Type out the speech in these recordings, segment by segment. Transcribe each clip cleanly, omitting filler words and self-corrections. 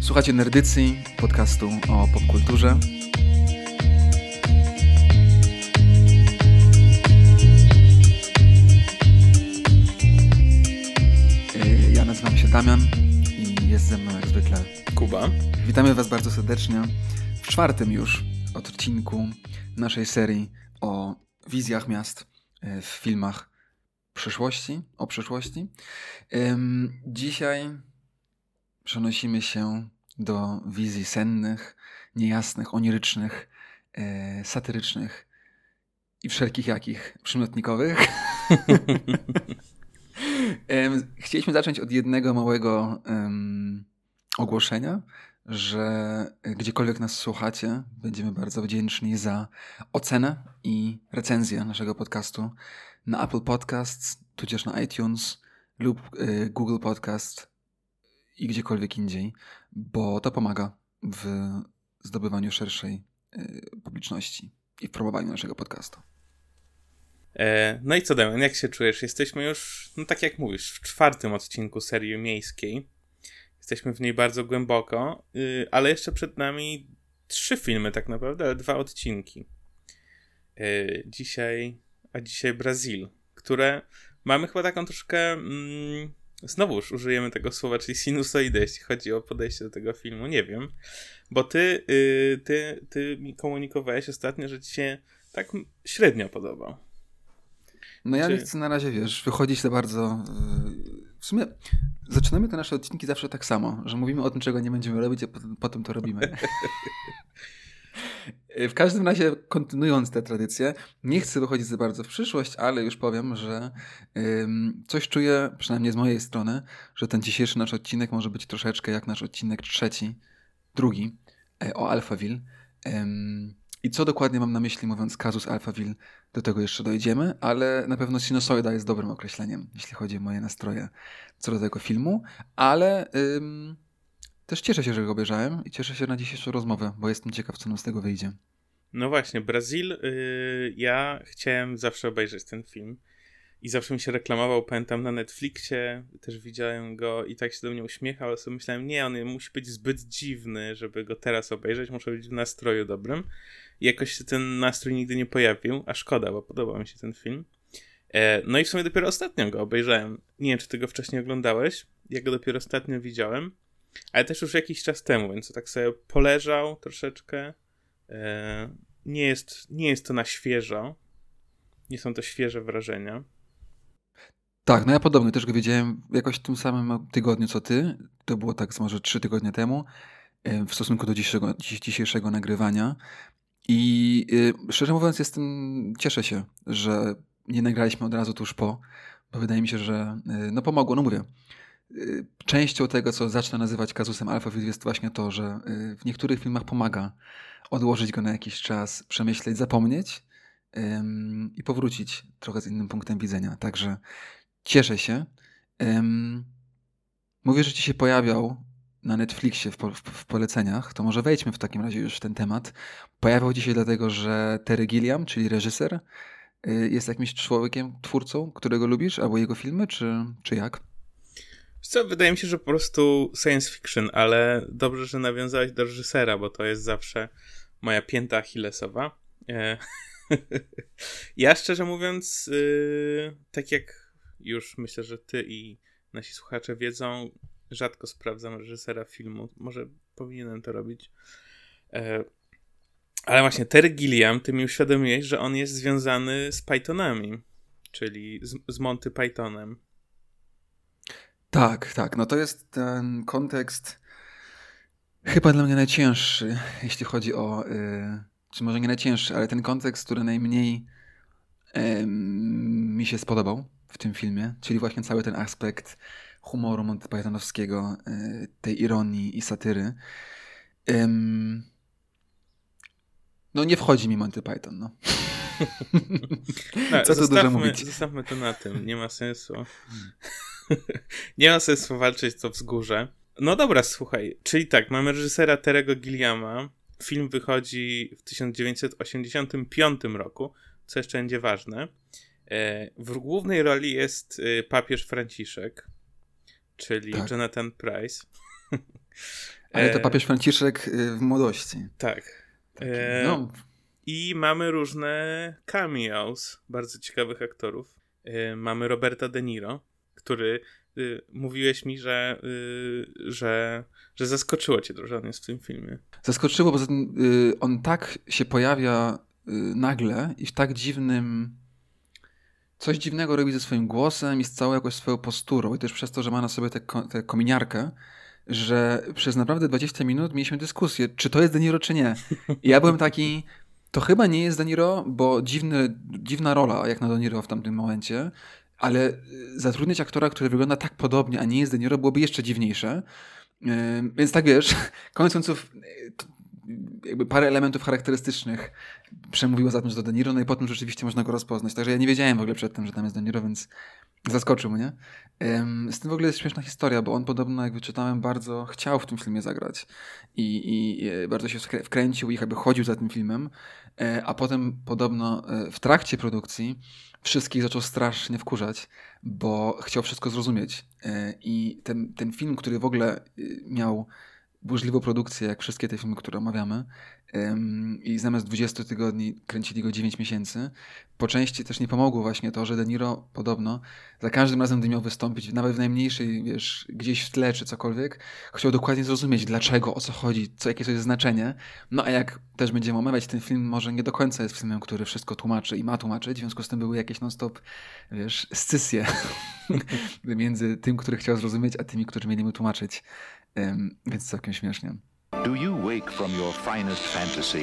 Słuchacie Nerdycji, podcastu o popkulturze. Ja nazywam się Damian i jest ze mną jak zwykle Kuba. Witamy Was bardzo serdecznie w czwartym już odcinku naszej serii o wizjach miast w filmach o przyszłości. Dzisiaj przenosimy się do wizji sennych, niejasnych, onirycznych, satyrycznych i wszelkich jakich przymiotnikowych. Chcieliśmy zacząć od jednego małego ogłoszenia, że gdziekolwiek nas słuchacie, będziemy bardzo wdzięczni za ocenę i recenzję naszego podcastu na Apple Podcasts, tudzież na iTunes lub Google Podcast i gdziekolwiek indziej, bo to pomaga w zdobywaniu szerszej publiczności i w promowaniu naszego podcastu. No i co, Damian, jak się czujesz? Jesteśmy już, no tak jak mówisz, w czwartym odcinku serii miejskiej. Jesteśmy w niej bardzo głęboko, ale jeszcze przed nami 3 filmy tak naprawdę, ale 2 odcinki. Dzisiaj Brazil, które mamy chyba taką troszkę, znowuż użyjemy tego słowa, czyli sinusoidę, jeśli chodzi o podejście do tego filmu, nie wiem. Bo ty mi komunikowałeś ostatnio, że ci się tak średnio podobał. No ja nie chcę na razie, wychodzić za bardzo... W sumie zaczynamy te nasze odcinki zawsze tak samo, że mówimy o tym, czego nie będziemy robić, a potem to robimy. W każdym razie, kontynuując tę tradycję, nie chcę wychodzić za bardzo w przyszłość, ale już powiem, że coś czuję, przynajmniej z mojej strony, że ten dzisiejszy nasz odcinek może być troszeczkę jak nasz odcinek drugi o Alphaville. I co dokładnie mam na myśli, mówiąc kazus Alphaville, do tego jeszcze dojdziemy, ale na pewno sinusoida jest dobrym określeniem, jeśli chodzi o moje nastroje co do tego filmu, ale też cieszę się, że go obejrzałem i cieszę się na dzisiejszą rozmowę, bo jestem ciekaw, co nam z tego wyjdzie. No właśnie, Brazil, ja chciałem zawsze obejrzeć ten film i zawsze mi się reklamował, pamiętam na Netflixie, też widziałem go i tak się do mnie uśmiechał, ale sobie myślałem, nie, on musi być zbyt dziwny, żeby go teraz obejrzeć, muszę być w nastroju dobrym. I jakoś się ten nastrój nigdy nie pojawił, a szkoda, bo podobał mi się ten film. No i w sumie dopiero ostatnio go obejrzałem. Nie wiem, czy ty go wcześniej oglądałeś, ja go dopiero ostatnio widziałem, ale też już jakiś czas temu, więc tak sobie poleżał troszeczkę. Nie jest to na świeżo, nie są to świeże wrażenia. Tak, no ja podobnie, też go widziałem jakoś w tym samym tygodniu co ty. To było tak może 3 tygodnie temu w stosunku do dzisiejszego nagrywania. I szczerze mówiąc cieszę się, że nie nagraliśmy od razu tuż po, bo wydaje mi się, że no pomogło, no mówię. Częścią tego, co zacznę nazywać kazusem Alphaville jest właśnie to, że w niektórych filmach pomaga odłożyć go na jakiś czas, przemyśleć, zapomnieć i powrócić trochę z innym punktem widzenia. Także cieszę się. Mówię, że ci się pojawiał na Netflixie w poleceniach, to może wejdźmy w takim razie już w ten temat. Pojawiał ci się dlatego, że Terry Gilliam, czyli reżyser, jest jakimś człowiekiem, twórcą, którego lubisz, albo jego filmy, czy jak? Co, wydaje mi się, że po prostu science fiction, ale dobrze, że nawiązałeś do reżysera, bo to jest zawsze moja pięta achillesowa. Ja szczerze mówiąc, tak jak już myślę, że ty i nasi słuchacze wiedzą, rzadko sprawdzam reżysera filmu. Może powinienem to robić. Ale właśnie Terry Gilliam, ty mi uświadomiłeś, że on jest związany z Pythonami, czyli z Monty Pythonem. Tak. No to jest ten kontekst chyba dla mnie najcięższy, jeśli chodzi o... czy może nie najcięższy, ale ten kontekst, który najmniej mi się spodobał w tym filmie, czyli właśnie cały ten aspekt humoru Monty Pythonowskiego, tej ironii i satyry. No nie wchodzi mi Monty Python, no. No, co tu dużo mówić. Zostawmy to na tym, nie ma sensu. Nie ma sensu walczyć to wzgórze. No dobra, słuchaj, czyli tak, mamy reżysera Terry'ego Gilliama. Film wychodzi w 1985 roku, co jeszcze będzie ważne. W głównej roli jest papież Franciszek, czyli tak. Jonathan Pryce. Ale to papież Franciszek w młodości. Tak. Taki, no. I mamy różne cameos bardzo ciekawych aktorów. Mamy Roberta De Niro, który mówiłeś mi, że zaskoczyło cię to, że on jest w tym filmie. Zaskoczyło, bo on tak się pojawia nagle i w tak dziwnym... Coś dziwnego robi ze swoim głosem i z całą jakoś swoją posturą. I też przez to, że ma na sobie tę kominiarkę, że przez naprawdę 20 minut mieliśmy dyskusję, czy to jest De Niro, czy nie. I ja byłem taki, to chyba nie jest De Niro, bo dziwna rola jak na De Niro w tamtym momencie, ale zatrudnić aktora, który wygląda tak podobnie, a nie jest De Niro, byłoby jeszcze dziwniejsze. Więc tak wiesz, koniec końców jakby parę elementów charakterystycznych przemówiło za tym, że to De Niro, no i potem rzeczywiście można go rozpoznać. Także ja nie wiedziałem w ogóle przedtem, że tam jest De Niro, więc zaskoczył mnie. Z tym w ogóle jest śmieszna historia, bo on podobno, jak wyczytałem, bardzo chciał w tym filmie zagrać i bardzo się wkręcił i jakby chodził za tym filmem, a potem podobno w trakcie produkcji wszystkich zaczął strasznie wkurzać, bo chciał wszystko zrozumieć. I ten film, który w ogóle miał burzliwą produkcję, jak wszystkie te filmy, które omawiamy, i zamiast 20 tygodni kręcili go 9 miesięcy. Po części też nie pomogło właśnie to, że De Niro podobno za każdym razem, gdy miał wystąpić, nawet w najmniejszej, wiesz, gdzieś w tle czy cokolwiek, chciał dokładnie zrozumieć dlaczego, o co chodzi, jakie to jest znaczenie. No a jak też będziemy omawiać, ten film może nie do końca jest filmem, który wszystko tłumaczy i ma tłumaczyć, w związku z tym były jakieś non-stop, wiesz, scysje między tym, który chciał zrozumieć, a tymi, którzy mieli mu tłumaczyć. Więc całkiem śmiesznie. Do you wake from your finest fantasy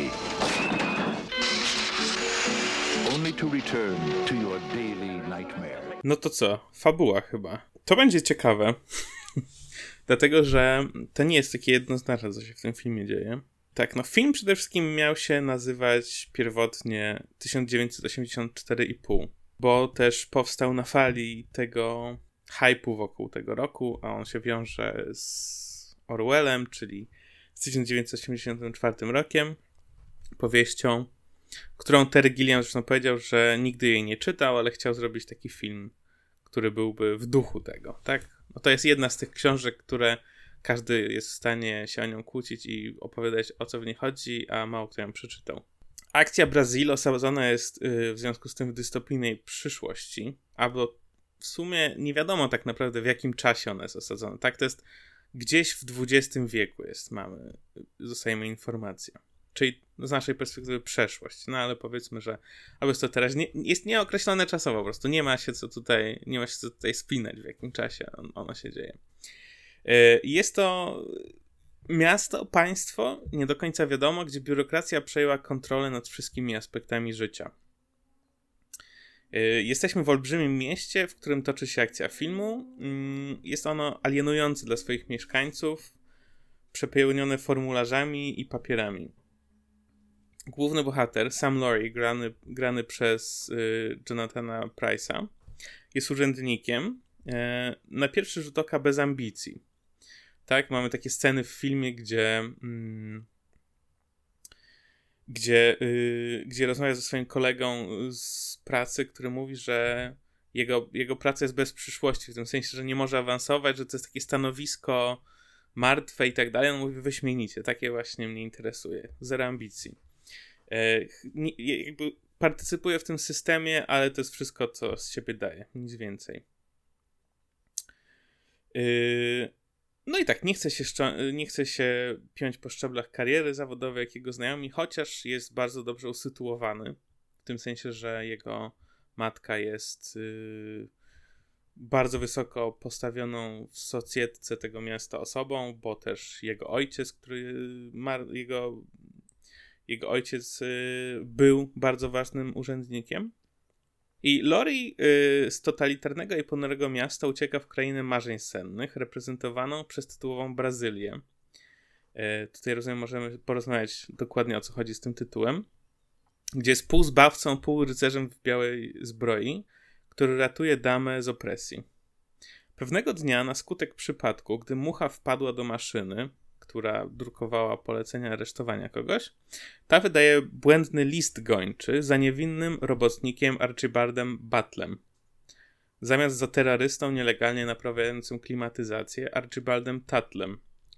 only to return to your daily nightmare? No to co? Fabuła chyba. To będzie ciekawe. Dlatego, że to nie jest takie jednoznaczne, co się w tym filmie dzieje. Tak, no film przede wszystkim miał się nazywać pierwotnie 1984,5, bo też powstał na fali tego hype'u wokół tego roku, a on się wiąże z Orwellem, czyli z 1984 rokiem, powieścią, którą Terry Gilliam zresztą powiedział, że nigdy jej nie czytał, ale chciał zrobić taki film, który byłby w duchu tego, tak? No to jest jedna z tych książek, które każdy jest w stanie się o nią kłócić i opowiadać, o co w niej chodzi, a mało kto ją przeczytał. Akcja Brazil osadzona jest w związku z tym w dystopijnej przyszłości, albo w sumie nie wiadomo tak naprawdę, w jakim czasie ona jest osadzona. Tak, to jest gdzieś w XX wieku dostajemy informację. Czyli z naszej perspektywy przeszłość. No ale powiedzmy, że albo jest to teraz, jest nieokreślone czasowo po prostu. Nie ma się co tutaj spinać, w jakim czasie ono się dzieje. Jest to miasto, państwo, nie do końca wiadomo, gdzie biurokracja przejęła kontrolę nad wszystkimi aspektami życia. Jesteśmy w olbrzymim mieście, w którym toczy się akcja filmu. Jest ono alienujące dla swoich mieszkańców, przepełnione formularzami i papierami. Główny bohater, Sam Laurie, grany przez Jonathana Price'a, jest urzędnikiem, na pierwszy rzut oka bez ambicji. Tak, mamy takie sceny w filmie, gdzie rozmawia ze swoim kolegą z pracy, który mówi, że jego praca jest bez przyszłości, w tym sensie, że nie może awansować, że to jest takie stanowisko martwe i tak dalej. On mówi wyśmienicie, takie właśnie mnie interesuje, zero ambicji. Jakby partycypuje w tym systemie, ale to jest wszystko, co z siebie daje, nic więcej. No i tak, nie chce się piąć po szczeblach kariery zawodowej jakiego znajomi, chociaż jest bardzo dobrze usytuowany, w tym sensie, że jego matka jest bardzo wysoko postawioną w socjetce tego miasta osobą, bo też jego ojciec, jego ojciec był bardzo ważnym urzędnikiem. I Laurie z totalitarnego i ponurego miasta ucieka w krainę marzeń sennych, reprezentowaną przez tytułową Brazylię. Tutaj, rozumiem, możemy porozmawiać dokładnie, o co chodzi z tym tytułem. Gdzie jest pół zbawcą, pół rycerzem w białej zbroi, który ratuje damę z opresji. Pewnego dnia, na skutek przypadku, gdy mucha wpadła do maszyny, która drukowała polecenia aresztowania kogoś, ta wydaje błędny list gończy za niewinnym robotnikiem Archibaldem Battlem. Zamiast za terrorystą nielegalnie naprawiającym klimatyzację Archibaldem Tuttlem,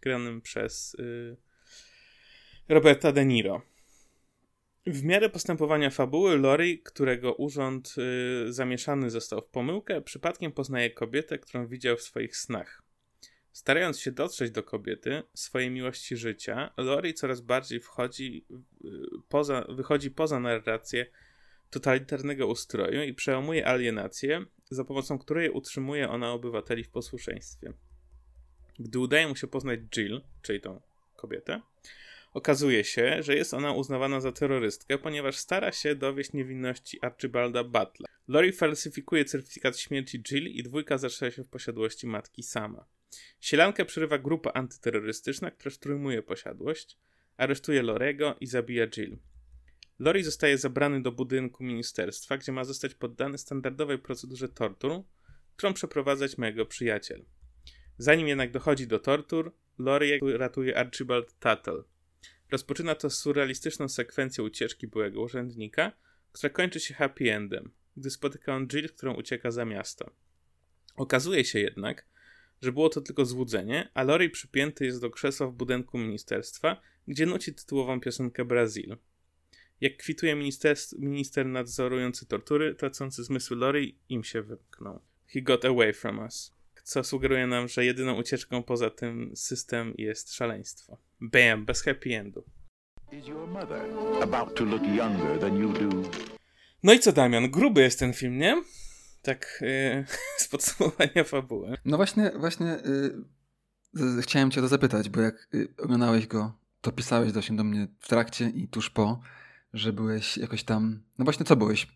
granym przez Roberta De Niro. W miarę postępowania fabuły Laurie, którego urząd zamieszany został w pomyłkę, przypadkiem poznaje kobietę, którą widział w swoich snach. Starając się dotrzeć do kobiety, swojej miłości życia, Laurie coraz bardziej wychodzi poza narrację totalitarnego ustroju i przełamuje alienację, za pomocą której utrzymuje ona obywateli w posłuszeństwie. Gdy udaje mu się poznać Jill, czyli tą kobietę, okazuje się, że jest ona uznawana za terrorystkę, ponieważ stara się dowieść niewinności Archibalda Butler. Laurie falsyfikuje certyfikat śmierci Jill i dwójka zaczyna się w posiadłości matki sama. Sielankę przerywa grupa antyterrorystyczna, która szturmuje posiadłość, aresztuje Lauriego i zabija Jill. Laurie zostaje zabrany do budynku ministerstwa, gdzie ma zostać poddany standardowej procedurze tortur, którą przeprowadzać ma jego przyjaciel. Zanim jednak dochodzi do tortur, Laurie ratuje Archibald Tuttle. Rozpoczyna to surrealistyczną sekwencję ucieczki byłego urzędnika, która kończy się happy endem, gdy spotyka on Jill, którą ucieka za miasto. Okazuje się jednak, że było to tylko złudzenie, a Laurie przypięty jest do krzesła w budynku ministerstwa, gdzie nuci tytułową piosenkę Brazil. Jak kwituje minister nadzorujący tortury, tracący zmysły Laurie im się wymknął. He got away from us. Co sugeruje nam, że jedyną ucieczką poza tym system jest szaleństwo. Bam, bez happy endu. Is your mother about to look younger than you do? No i co, Damian? Gruby jest ten film, nie? Tak z podsumowania fabuły. No właśnie chciałem cię to zapytać, bo jak oglądałeś go, to pisałeś do mnie w trakcie i tuż po, że byłeś jakoś tam... No właśnie, co byłeś?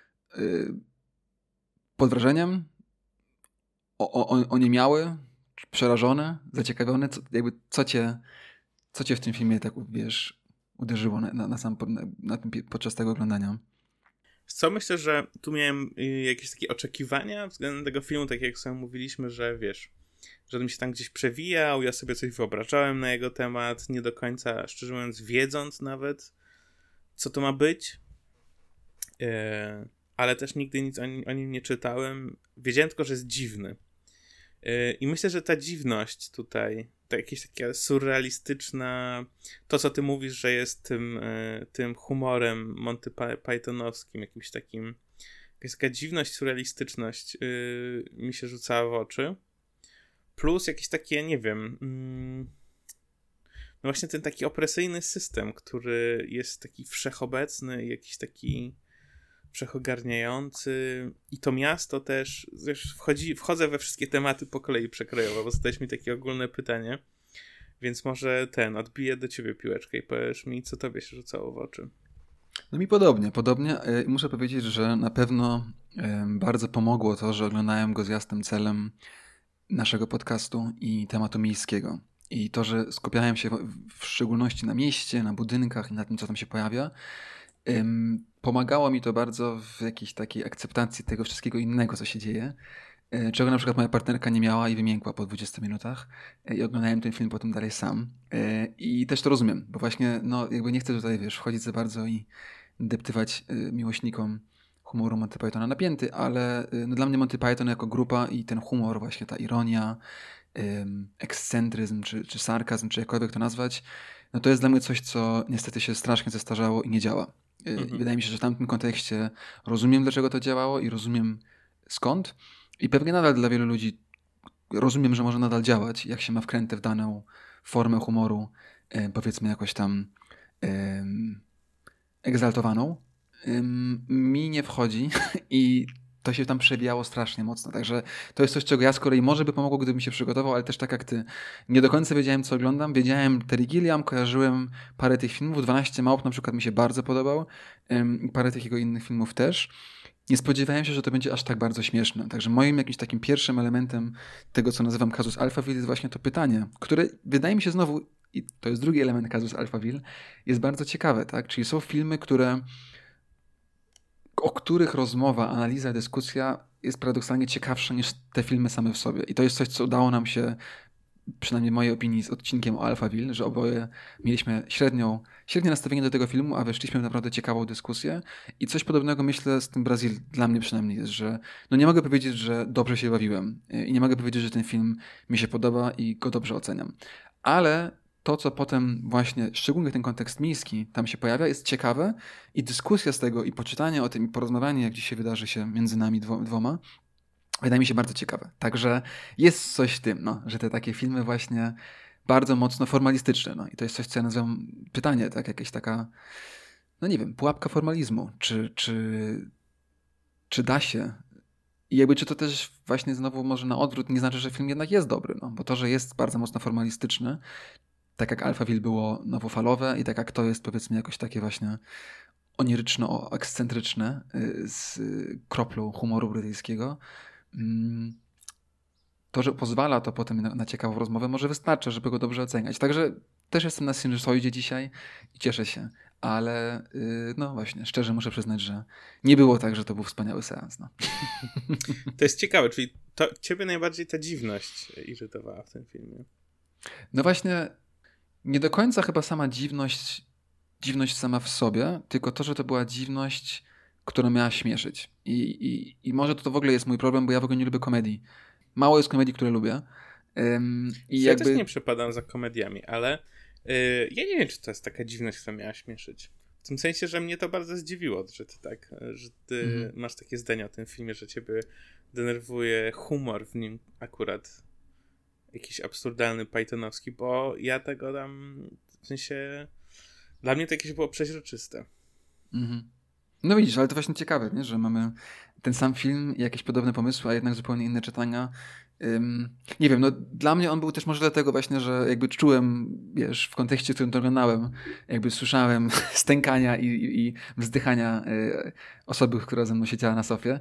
Pod wrażeniem? Oniemiały? Przerażony? Zaciekawiony? Co cię w tym filmie tak, wiesz, uderzyło podczas tego oglądania? Co, myślę, że tu miałem jakieś takie oczekiwania względem tego filmu, tak jak sobie mówiliśmy, że wiesz, że on mi się tam gdzieś przewijał, ja sobie coś wyobrażałem na jego temat, nie do końca, szczerze mówiąc, wiedząc nawet, co to ma być, ale też nigdy nic o nim nie czytałem. Wiedziałem tylko, że jest dziwny. I myślę, że ta dziwność tutaj, to jakieś takie surrealistyczna, to co ty mówisz, że jest tym humorem Monty Pythonowskim, jakimś takim, jakaś taka dziwność, surrealistyczność mi się rzucała w oczy. Plus jakieś takie, nie wiem, no właśnie ten taki opresyjny system, który jest taki wszechobecny, jakiś taki wszechogarniający i to miasto też, wchodzę we wszystkie tematy po kolei przekrojowo, bo zadałeś mi takie ogólne pytanie, więc może odbiję do ciebie piłeczkę i powiesz mi, co tobie się rzucało w oczy. No mi podobnie. Muszę powiedzieć, że na pewno bardzo pomogło to, że oglądałem go z jasnym celem naszego podcastu i tematu miejskiego. I to, że skupiałem się w szczególności na mieście, na budynkach i na tym, co tam się pojawia, pomagało mi to bardzo w jakiejś takiej akceptacji tego wszystkiego innego, co się dzieje, czego na przykład moja partnerka nie miała i wymiękła po 20 minutach i oglądałem ten film potem dalej sam. I też to rozumiem, bo właśnie jakby nie chcę tutaj, wiesz, wchodzić za bardzo i deptywać miłośnikom humoru Monty Pythona na pięty, ale dla mnie Monty Python jako grupa i ten humor, właśnie ta ironia, ekscentryzm czy sarkazm, czy jakkolwiek to nazwać, no to jest dla mnie coś, co niestety się strasznie zestarzało i nie działa. Wydaje mi się, że w tamtym kontekście rozumiem, dlaczego to działało i rozumiem skąd. I pewnie nadal dla wielu ludzi rozumiem, że może nadal działać, jak się ma wkrętę w daną formę humoru, powiedzmy jakoś tam egzaltowaną. Mi nie wchodzi i to się tam przewijało strasznie mocno. Także to jest coś, czego ja z kolei może by pomogło, gdybym się przygotował, ale też tak jak ty. Nie do końca wiedziałem, co oglądam. Wiedziałem Terry Gilliam, kojarzyłem parę tych filmów. 12 małp na przykład mi się bardzo podobał. Parę tych jego innych filmów też. Nie spodziewałem się, że to będzie aż tak bardzo śmieszne. Także moim jakimś takim pierwszym elementem tego, co nazywam Casus Alphaville, jest właśnie to pytanie, które wydaje mi się znowu, i to jest drugi element Casus Alphaville, jest bardzo ciekawe, tak? Czyli są filmy, o których rozmowa, analiza, dyskusja jest paradoksalnie ciekawsza niż te filmy same w sobie. I to jest coś, co udało nam się, przynajmniej w mojej opinii, z odcinkiem o Alphaville, że oboje mieliśmy średnie nastawienie do tego filmu, a weszliśmy w naprawdę ciekawą dyskusję. I coś podobnego, myślę, z tym Brazil dla mnie przynajmniej jest, że nie mogę powiedzieć, że dobrze się bawiłem i nie mogę powiedzieć, że ten film mi się podoba i go dobrze oceniam. ale to, co potem właśnie, szczególnie ten kontekst miejski tam się pojawia, jest ciekawe i dyskusja z tego i poczytanie o tym i porozmawianie, jak dzisiaj wydarzy się między nami dwoma, wydaje mi się bardzo ciekawe. Także jest coś w tym, no, że te takie filmy właśnie bardzo mocno formalistyczne. No. I to jest coś, co ja nazywam pytanie, tak, jakaś taka, no nie wiem, pułapka formalizmu. Czy da się? I jakby czy to też właśnie znowu może na odwrót nie znaczy, że film jednak jest dobry, no. Bo to, że jest bardzo mocno formalistyczny, tak jak Alphaville było nowofalowe i tak jak to jest powiedzmy jakoś takie właśnie oniryczno-ekscentryczne z kroplą humoru brytyjskiego, to, że pozwala to potem na ciekawą rozmowę, może wystarczy, żeby go dobrze oceniać. Także też jestem na sinusoidzie dzisiaj i cieszę się. Ale no właśnie, szczerze muszę przyznać, że nie było tak, że to był wspaniały seans. No. To jest ciekawe, czyli to ciebie najbardziej ta dziwność irytowała w tym filmie. No właśnie, nie do końca chyba sama dziwność sama w sobie, tylko to, że to była dziwność, która miała śmieszyć. I może to w ogóle jest mój problem, bo ja w ogóle nie lubię komedii. Mało jest komedii, które lubię. Ja też nie przepadam za komediami, ale ja nie wiem, czy to jest taka dziwność, która miała śmieszyć. W tym sensie, że mnie to bardzo zdziwiło, że ty masz takie zdanie o tym filmie, że ciebie denerwuje humor w nim akurat jakiś absurdalny, pythonowski, bo ja tego tam, w sensie, dla mnie to jakieś było przeźroczyste. No widzisz, ale to właśnie ciekawe, nie? Że mamy ten sam film i jakieś podobne pomysły, a jednak zupełnie inne czytania. Nie wiem, no dla mnie on był też może dlatego właśnie, że jakby czułem, wiesz, w kontekście, w którym to oglądałem, jakby słyszałem stękania i wzdychania osoby, która ze mną siedziała na sofie.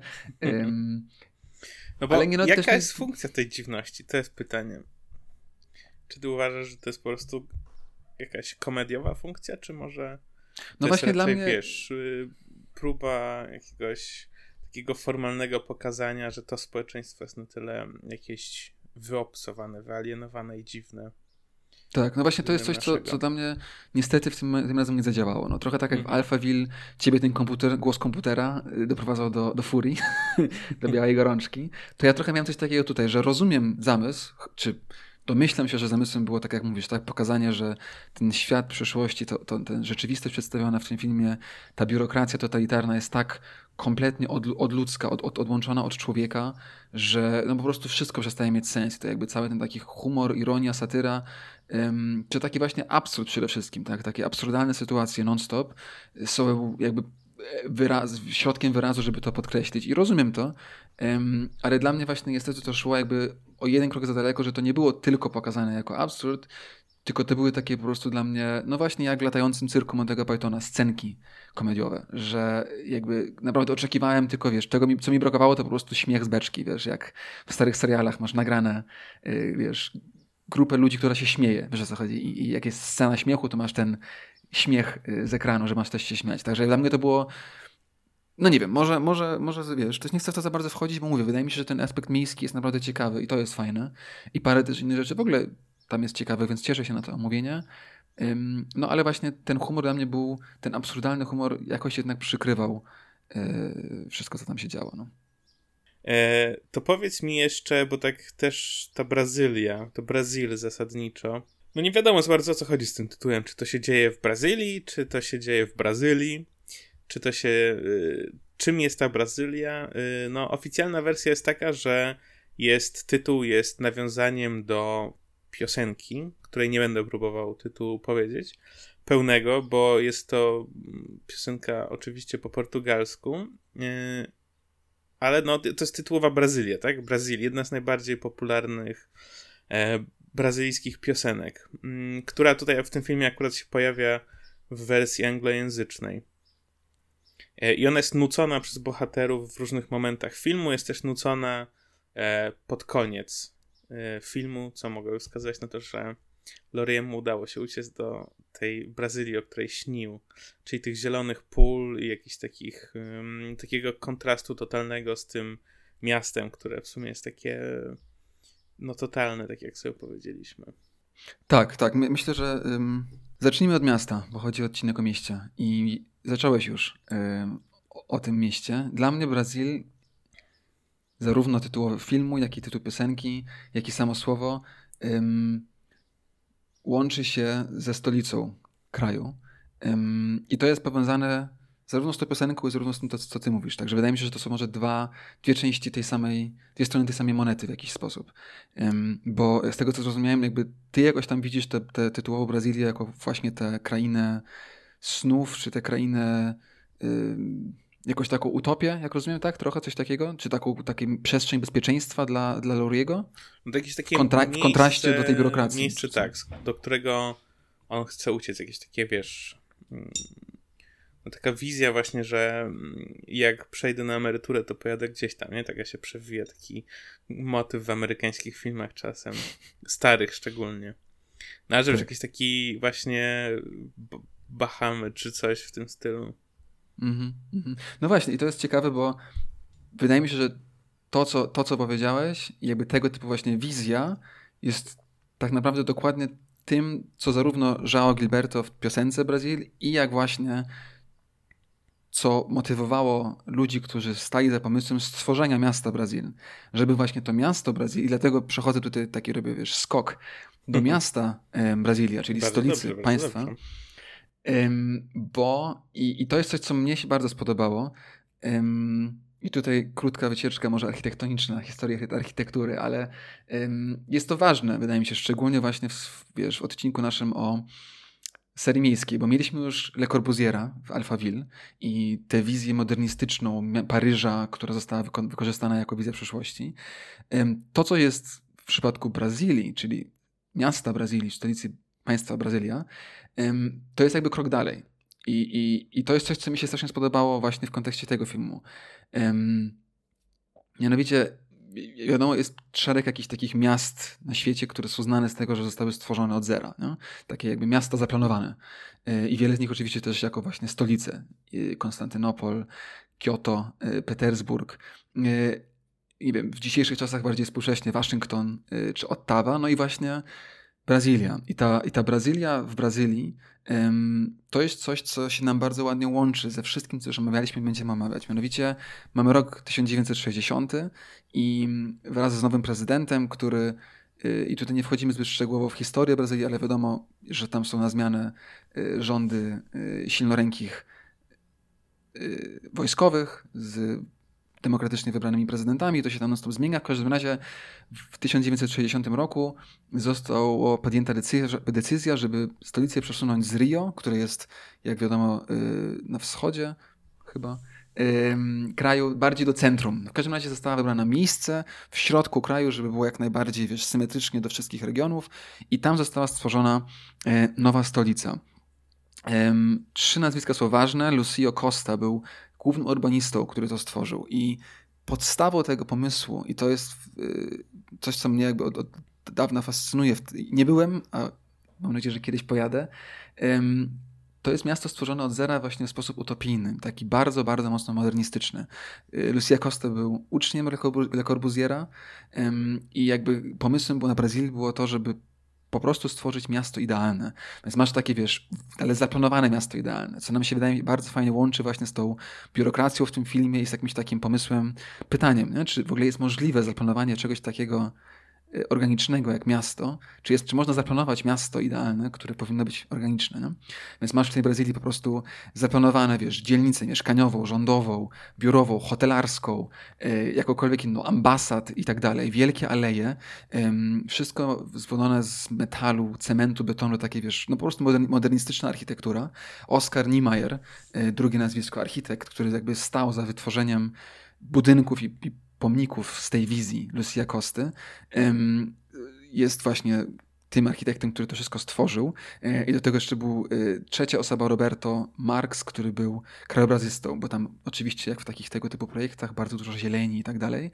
No bo ale nie, no, jaka jest funkcja tej dziwności? To jest pytanie. Czy ty uważasz, że to jest po prostu jakaś komediowa funkcja, czy może no właśnie raczej, dla mnie, wiesz, próba jakiegoś takiego formalnego pokazania, że to społeczeństwo jest na tyle jakieś wyobcowane, wyalienowane i dziwne. Tak, no właśnie to jest coś, co dla mnie niestety tym razem nie zadziałało. No, trochę tak jak w Alphaville ciebie ten głos komputera doprowadzał do furii, do białej gorączki, to ja trochę miałem coś takiego tutaj, że rozumiem zamysł, czy domyślam się, że zamysłem było, tak jak mówisz, tak, pokazanie, że ten świat przyszłości, ten rzeczywistość przedstawiona w tym filmie, ta biurokracja totalitarna jest tak kompletnie odludzka, odłączona od człowieka, że no po prostu wszystko przestaje mieć sens. To jakby cały ten taki humor, ironia, satyra, czy taki właśnie absurd przede wszystkim, tak? Takie absurdalne sytuacje non-stop są jakby środkiem wyrazu, żeby to podkreślić. I rozumiem to, ale dla mnie właśnie niestety to szło jakby o jeden krok za daleko, że to nie było tylko pokazane jako absurd, tylko to były takie po prostu dla mnie, no właśnie jak w latającym cyrku Montego Pythona, scenki komediowe, że jakby naprawdę oczekiwałem tylko, wiesz, co mi brakowało, to po prostu śmiech z beczki, wiesz, jak w starych serialach masz nagrane, wiesz, grupę ludzi, która się śmieje, wiesz o co chodzi, i jak jest scena śmiechu, to masz ten śmiech z ekranu, że masz też się śmiać, także dla mnie to było, no nie wiem, może wiesz, też nie chcę w to za bardzo wchodzić, bo mówię, wydaje mi się, że ten aspekt miejski jest naprawdę ciekawy i to jest fajne i parę też innych rzeczy w ogóle tam jest ciekawych, więc cieszę się na to omówienie. No ale właśnie ten humor dla mnie był, ten absurdalny humor jakoś jednak przykrywał wszystko, co tam się działo. No. To powiedz mi jeszcze, bo tak też ta Brazylia, to Brazil zasadniczo, no nie wiadomo za bardzo o co chodzi z tym tytułem, czy to się dzieje w Brazylii, czy to się dzieje w Brazylii, czy to się... Czym jest ta Brazylia? No oficjalna wersja jest taka, że tytuł jest nawiązaniem do piosenki, której nie będę próbował tytułu powiedzieć pełnego, bo jest to piosenka oczywiście po portugalsku, ale no, to jest tytułowa Brazylia, tak? Brazil, jedna z najbardziej popularnych brazylijskich piosenek, która tutaj w tym filmie akurat się pojawia w wersji anglojęzycznej. I ona jest nucona przez bohaterów w różnych momentach filmu, jest też nucona pod koniec filmu, co mogę wskazać na to, że Lauriemu udało się uciec do tej Brazylii, o której śnił, czyli tych zielonych pól i jakichś takiego kontrastu totalnego z tym miastem, które w sumie jest takie no totalne, tak jak sobie powiedzieliśmy. Tak. Myślę, że zacznijmy od miasta, bo chodzi o odcinek o mieście i zacząłeś już o tym mieście. Dla mnie Brazil, zarówno tytuł filmu, jak i tytuł piosenki, jak i samo słowo, łączy się ze stolicą kraju. I to jest powiązane zarówno z tą piosenką, zarówno z tym, co ty mówisz. Także wydaje mi się, że to są może dwie części dwie strony tej samej monety w jakiś sposób. Bo z tego, co zrozumiałem, jakby ty jakoś tam widzisz tę tytułową Brazylię jako właśnie tę krainę snów, czy tę krainę jakąś taką utopię, jak rozumiem, tak? Trochę coś takiego? Czy taką przestrzeń bezpieczeństwa dla Lauriego? No to jakieś takie w kontraście do tej biurokracji. Miejsce, tak, do którego on chce uciec. Jakieś takie, wiesz... No taka wizja właśnie, że jak przejdę na emeryturę, to pojadę gdzieś tam, nie? Taka się przewija taki motyw w amerykańskich filmach czasem. Starych szczególnie. No, ale że jakiś taki właśnie Bahamy czy coś w tym stylu. No właśnie, i to jest ciekawe, bo wydaje mi się, że to, co powiedziałeś, jakby tego typu właśnie wizja jest tak naprawdę dokładnie tym, co zarówno João Gilberto w piosence Brazil i jak właśnie co motywowało ludzi, którzy stali za pomysłem stworzenia miasta Brazil. Żeby właśnie to miasto Brazil, i dlatego przechodzę tutaj taki, robię, wiesz, skok do miasta Brazylia, czyli bardzo stolicy dobrze, państwa. Bo i to jest coś, co mnie się bardzo spodobało. I tutaj krótka wycieczka może architektoniczna, historia architektury, ale jest to ważne, wydaje mi się, szczególnie właśnie w odcinku naszym o serii miejskiej, bo mieliśmy już Le Corbusiera w Alphaville i tę wizję modernistyczną Paryża, która została wykorzystana jako wizja przyszłości. To, co jest w przypadku Brazylii, czyli miasta Brazylii, stolicy państwa Brazylia, to jest jakby krok dalej. I to jest coś, co mi się strasznie spodobało właśnie w kontekście tego filmu. Mianowicie, wiadomo, jest szereg jakichś takich miast na świecie, które są znane z tego, że zostały stworzone od zera. Nie? Takie jakby miasta zaplanowane. I wiele z nich oczywiście też jako właśnie stolice. Konstantynopol, Kyoto, Petersburg. Nie wiem, w dzisiejszych czasach bardziej współcześnie Waszyngton czy Ottawa. No i właśnie Brazylia. I ta Brazylia w Brazylii to jest coś, co się nam bardzo ładnie łączy ze wszystkim, co już omawialiśmy i będziemy omawiać. Mianowicie mamy rok 1960 i wraz z nowym prezydentem, który, i tutaj nie wchodzimy zbyt szczegółowo w historię Brazylii, ale wiadomo, że tam są na zmianę rządy silnorękich wojskowych z demokratycznie wybranymi prezydentami, to się tam non-stop zmienia. W każdym razie w 1960 roku została podjęta decyzja, żeby stolicę przesunąć z Rio, które jest, jak wiadomo, na wschodzie chyba kraju, bardziej do centrum. W każdym razie zostało wybrane miejsce w środku kraju, żeby było jak najbardziej, wiesz, symetrycznie do wszystkich regionów i tam została stworzona nowa stolica. 3 nazwiska są ważne. Lucio Costa był głównym urbanistą, który to stworzył i podstawą tego pomysłu, i to jest coś, co mnie jakby od dawna fascynuje, nie byłem, a mam nadzieję, że kiedyś pojadę, to jest miasto stworzone od zera właśnie w sposób utopijny, taki bardzo, bardzo mocno modernistyczny. Lucia Costa był uczniem Le Corbusiera i jakby pomysłem na Brazylii było to, żeby po prostu stworzyć miasto idealne. Więc masz takie, wiesz, ale zaplanowane miasto idealne, co nam się wydaje bardzo fajnie łączy właśnie z tą biurokracją w tym filmie i z jakimś takim pomysłem, pytaniem, nie? Czy w ogóle jest możliwe zaplanowanie czegoś takiego organicznego jak miasto, czy można zaplanować miasto idealne, które powinno być organiczne. Nie? Więc masz w tej Brazylii po prostu zaplanowane, wiesz, dzielnicę mieszkaniową, rządową, biurową, hotelarską, jakąkolwiek inną, ambasad i tak dalej, wielkie aleje, wszystko zbudowane z metalu, cementu, betonu, takie, wiesz, no po prostu modernistyczna architektura. Oskar Niemeyer, drugie nazwisko, architekt, który jakby stał za wytworzeniem budynków i pomników z tej wizji Lucia Costy, jest właśnie tym architektem, który to wszystko stworzył. I do tego jeszcze był trzecia osoba, Roberto Marx, który był krajobrazystą, bo tam oczywiście, jak w takich tego typu projektach, bardzo dużo zieleni i tak dalej.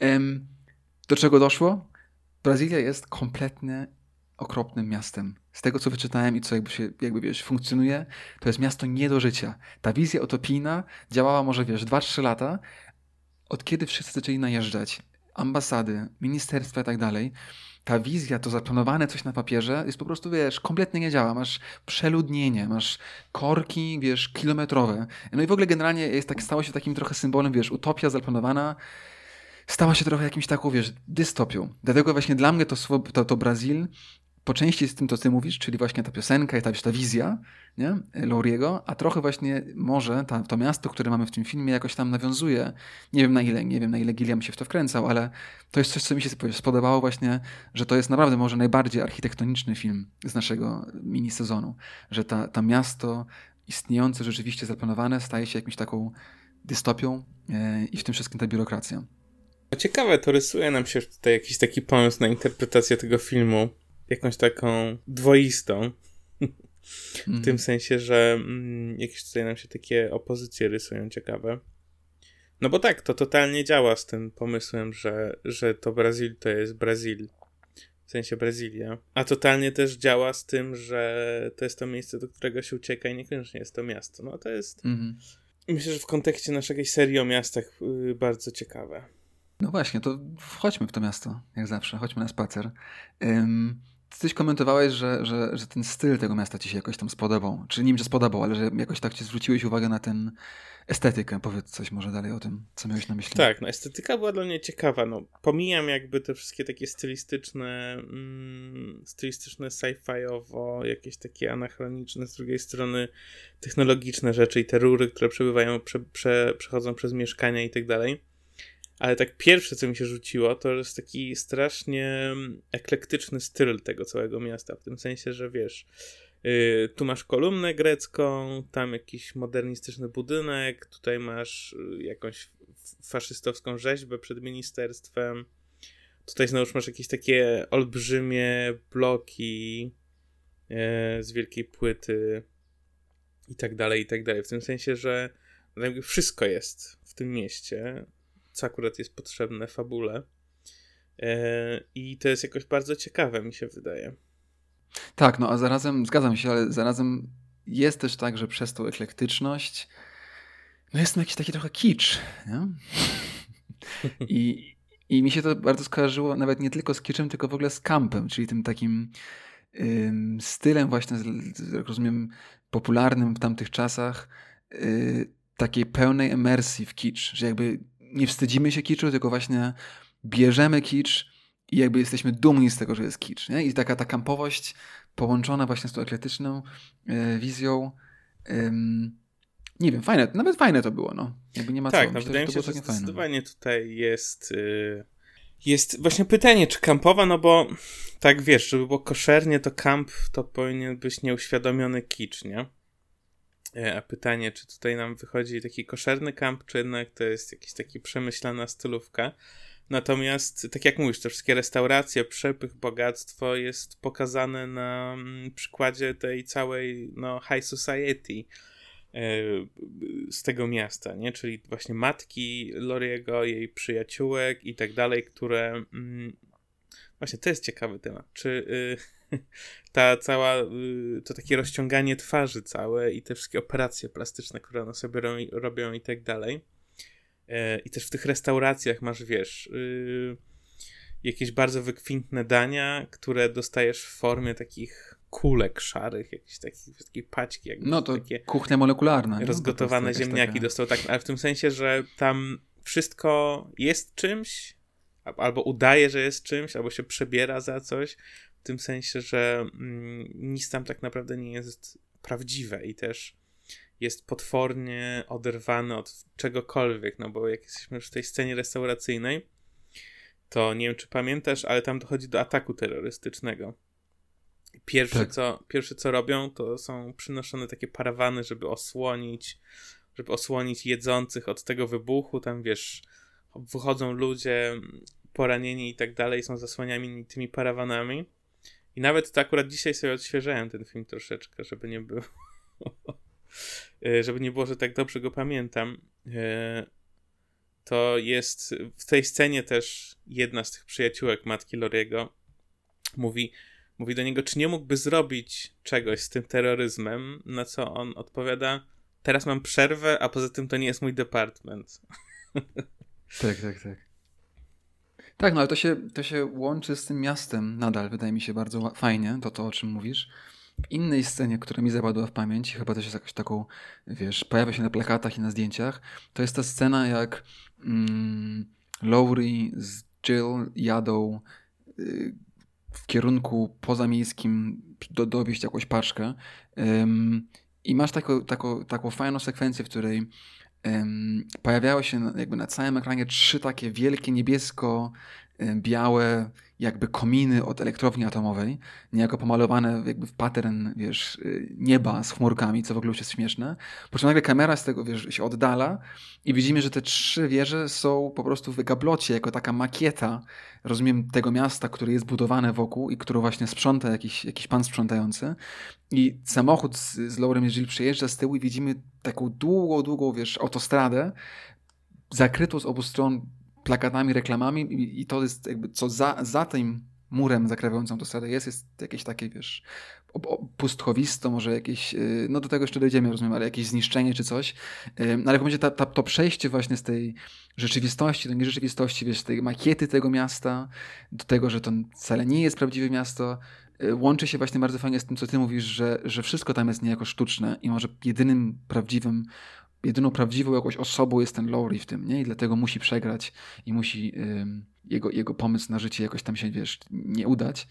Do czego doszło? Brazylia jest kompletnie okropnym miastem. Z tego, co wyczytałem i co jakby wiesz, funkcjonuje, to jest miasto nie do życia. Ta wizja utopijna działała może, wiesz, 2-3 lata, od kiedy wszyscy zaczęli najeżdżać, ambasady, ministerstwa i tak dalej, ta wizja, to zaplanowane coś na papierze jest po prostu, wiesz, kompletnie nie działa. Masz przeludnienie, masz korki, wiesz, kilometrowe. No i w ogóle generalnie stało się takim trochę symbolem, wiesz, utopia zaplanowana stała się trochę jakimś taką, wiesz, dystopią. Dlatego właśnie dla mnie to Brazil po części jest tym, to ty mówisz, czyli właśnie ta piosenka i ta wizja, nie? Lauriego, a trochę właśnie może to miasto, które mamy w tym filmie jakoś tam nawiązuje. Nie wiem na ile Gilliam się w to wkręcał, ale to jest coś, co mi się spodobało właśnie, że to jest naprawdę może najbardziej architektoniczny film z naszego mini-sezonu, że to miasto istniejące, rzeczywiście zaplanowane staje się jakąś taką dystopią i w tym wszystkim ta biurokracja. Ciekawe, to rysuje nam się tutaj jakiś taki pomysł na interpretację tego filmu, jakąś taką dwoistą, w tym sensie, że jakieś tutaj nam się takie opozycje rysują ciekawe. No bo tak, to totalnie działa z tym pomysłem, że to Brazil to jest Brazil, w sensie Brazylia, a totalnie też działa z tym, że to jest to miejsce, do którego się ucieka i niekoniecznie jest to miasto. No to jest, myślę, że w kontekście naszej serii o miastach bardzo ciekawe. No właśnie, to wchodźmy w to miasto, jak zawsze, chodźmy na spacer. Ty coś komentowałeś, że ten styl tego miasta ci się jakoś tam spodobał. Czyli nie wiem, czy spodobał, ale że jakoś tak ci zwróciłeś uwagę na tę estetykę. Powiedz coś może dalej o tym, co miałeś na myśli. Tak, no estetyka była dla mnie ciekawa. No, pomijam jakby te wszystkie takie stylistyczne sci-fiowo, jakieś takie anachroniczne, z drugiej strony technologiczne rzeczy i te rury, które przechodzą przez mieszkania i tak dalej. Ale tak pierwsze, co mi się rzuciło, to jest taki strasznie eklektyczny styl tego całego miasta. W tym sensie, że wiesz, tu masz kolumnę grecką, tam jakiś modernistyczny budynek, tutaj masz jakąś faszystowską rzeźbę przed ministerstwem. Tutaj znowu masz jakieś takie olbrzymie bloki z wielkiej płyty i tak dalej, i tak dalej. W tym sensie, że wszystko jest w tym mieście, co akurat jest potrzebne fabule. I to jest jakoś bardzo ciekawe, mi się wydaje. Tak, no a zarazem, zgadzam się, ale zarazem jest też tak, że przez tą eklektyczność no jest tam jakiś taki trochę kicz, nie? I mi się to bardzo skojarzyło nawet nie tylko z kiczem, tylko w ogóle z kampem, czyli tym takim stylem właśnie, jak rozumiem, popularnym w tamtych czasach, takiej pełnej imersji w kicz, że jakby nie wstydzimy się kiczu, tylko właśnie bierzemy kicz i jakby jesteśmy dumni z tego, że jest kicz, nie? I taka ta kampowość połączona właśnie z tą ekletyczną wizją, nie wiem, fajne, nawet fajne to było, no. Jakby nie ma tak, co. No myślę, wydaje mi się, że fajne. zdecydowanie tutaj jest właśnie pytanie, czy kampowa, no bo tak wiesz, żeby było koszernie, to kamp to powinien być nieuświadomiony kicz, nie? A pytanie, czy tutaj nam wychodzi taki koszerny kamp, czy jednak to jest jakiś taki przemyślana stylówka. Natomiast, tak jak mówisz, te wszystkie restauracje, przepych, bogactwo jest pokazane na przykładzie tej całej high society z tego miasta, nie? Czyli właśnie matki Lauriego, jej przyjaciółek i tak dalej, które właśnie to jest ciekawy temat. Czy ta cała, to takie rozciąganie twarzy całe i te wszystkie operacje plastyczne, które one sobie robią i tak dalej. I też w tych restauracjach masz, wiesz, jakieś bardzo wykwintne dania, które dostajesz w formie takich kulek szarych, jakieś takie paćki. Jakby no to takie kuchnia molekularna. rozgotowane ziemniaki taka dostał, tak, ale w tym sensie, że tam wszystko jest czymś, albo udaje, że jest czymś, albo się przebiera za coś, w tym sensie, że nic tam tak naprawdę nie jest prawdziwe i też jest potwornie oderwany od czegokolwiek, no bo jak jesteśmy już w tej scenie restauracyjnej, to nie wiem, czy pamiętasz, ale tam dochodzi do ataku terrorystycznego. Pierwsze, co robią, to są przynoszone takie parawany, żeby osłonić jedzących od tego wybuchu. Tam, wiesz, wychodzą ludzie poranieni i tak dalej, są zasłaniani tymi parawanami. I nawet to akurat dzisiaj sobie odświeżałem ten film troszeczkę, żeby nie było że tak dobrze go pamiętam. To jest w tej scenie też jedna z tych przyjaciółek matki Lauriego mówi do niego, czy nie mógłby zrobić czegoś z tym terroryzmem, na co on odpowiada, teraz mam przerwę, a poza tym to nie jest mój department. Tak. Tak, no ale to się łączy z tym miastem nadal, wydaje mi się bardzo fajnie, to o czym mówisz. W innej scenie, która mi zapadła w pamięć, chyba też jest jakoś taką, wiesz, pojawia się na plakatach i na zdjęciach, to jest ta scena, jak Laurie z Jill jadą w kierunku pozamiejskim dowieźć jakąś paczkę. I masz taką fajną sekwencję, w której pojawiały się jakby na całym ekranie 3 takie wielkie niebiesko-białe jakby kominy od elektrowni atomowej, niejako pomalowane jakby w pattern, wiesz, nieba z chmurkami, co w ogóle już jest śmieszne. Po czym nagle kamera z tego, wiesz, się oddala i widzimy, że te 3 wieże są po prostu w gablocie, jako taka makieta, rozumiem, tego miasta, które jest budowane wokół i którą właśnie sprząta jakiś pan sprzątający. I samochód z Laurem and Jill przejeżdża z tyłu i widzimy taką długą, wiesz, autostradę zakrytą z obu stron plakatami, reklamami i to jest jakby, co za tym murem zakrywającym autostradę jest jakieś takie, wiesz, pustkowisto, może jakieś, no do tego jeszcze dojdziemy, rozumiem, ale jakieś zniszczenie czy coś. Ale w momencie to przejście właśnie z tej rzeczywistości do nierzeczywistości, wiesz, z tej makiety tego miasta, do tego, że to wcale nie jest prawdziwe miasto, łączy się właśnie bardzo fajnie z tym, co ty mówisz, że wszystko tam jest niejako sztuczne i może jedyną prawdziwą jakąś osobą jest ten Laurie w tym, nie? I dlatego musi przegrać i musi jego pomysł na życie jakoś tam się, wiesz, nie udać.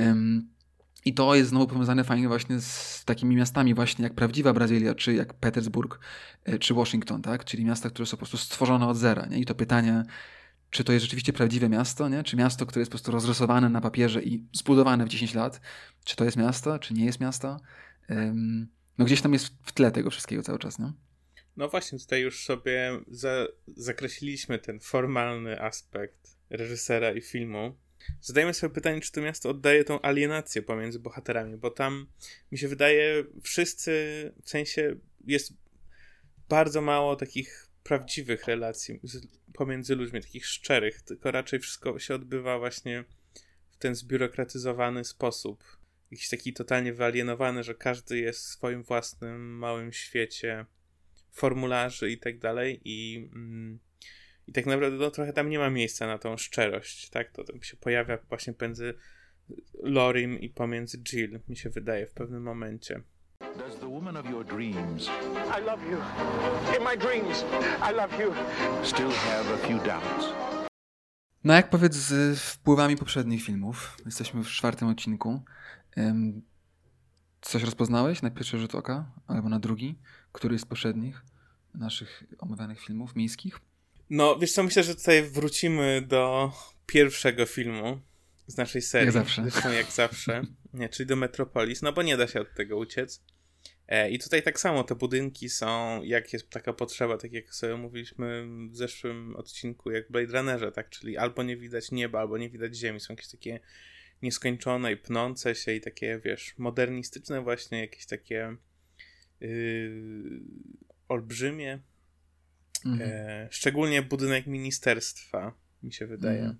I to jest znowu powiązane fajnie właśnie z takimi miastami właśnie jak prawdziwa Brazylia, czy jak Petersburg, czy Washington, tak? Czyli miasta, które są po prostu stworzone od zera, nie? I to pytanie, czy to jest rzeczywiście prawdziwe miasto, nie? Czy miasto, które jest po prostu rozrysowane na papierze i zbudowane w 10 lat, czy to jest miasto, czy nie jest miasto? No gdzieś tam jest w tle tego wszystkiego cały czas, nie? No właśnie, tutaj już sobie zakreśliliśmy ten formalny aspekt reżysera i filmu. Zadajmy sobie pytanie, czy to miasto oddaje tą alienację pomiędzy bohaterami, bo tam, mi się wydaje, wszyscy, w sensie jest bardzo mało takich prawdziwych relacji pomiędzy ludźmi, takich szczerych, tylko raczej wszystko się odbywa właśnie w ten zbiurokratyzowany sposób. Jakiś taki totalnie wyalienowany, że każdy jest w swoim własnym małym świecie formularzy i tak dalej i tak naprawdę no, trochę tam nie ma miejsca na tą szczerość, tak? To tam się pojawia właśnie pomiędzy Lorim i pomiędzy Jill, mi się wydaje, w pewnym momencie. Does the woman of your dreams, I love you. In my dreams, I love you. Still have a few doubts. No jak powiedz z wpływami poprzednich filmów, jesteśmy w 4. odcinku. Coś rozpoznałeś na pierwszy rzut oka? Albo na drugi? Który z poprzednich naszych omawianych filmów miejskich? No, wiesz co, myślę, że tutaj wrócimy do pierwszego filmu z naszej serii. Jak zawsze. Zresztą jak zawsze. Nie, czyli do Metropolis, no bo nie da się od tego uciec. I tutaj tak samo te budynki są, jak jest taka potrzeba, tak jak sobie mówiliśmy w zeszłym odcinku, jak w Blade Runnerze, tak? Czyli albo nie widać nieba, albo nie widać ziemi. Są jakieś takie nieskończone i pnące się i takie, wiesz, modernistyczne właśnie, jakieś takie olbrzymie. Szczególnie budynek ministerstwa, mi się wydaje,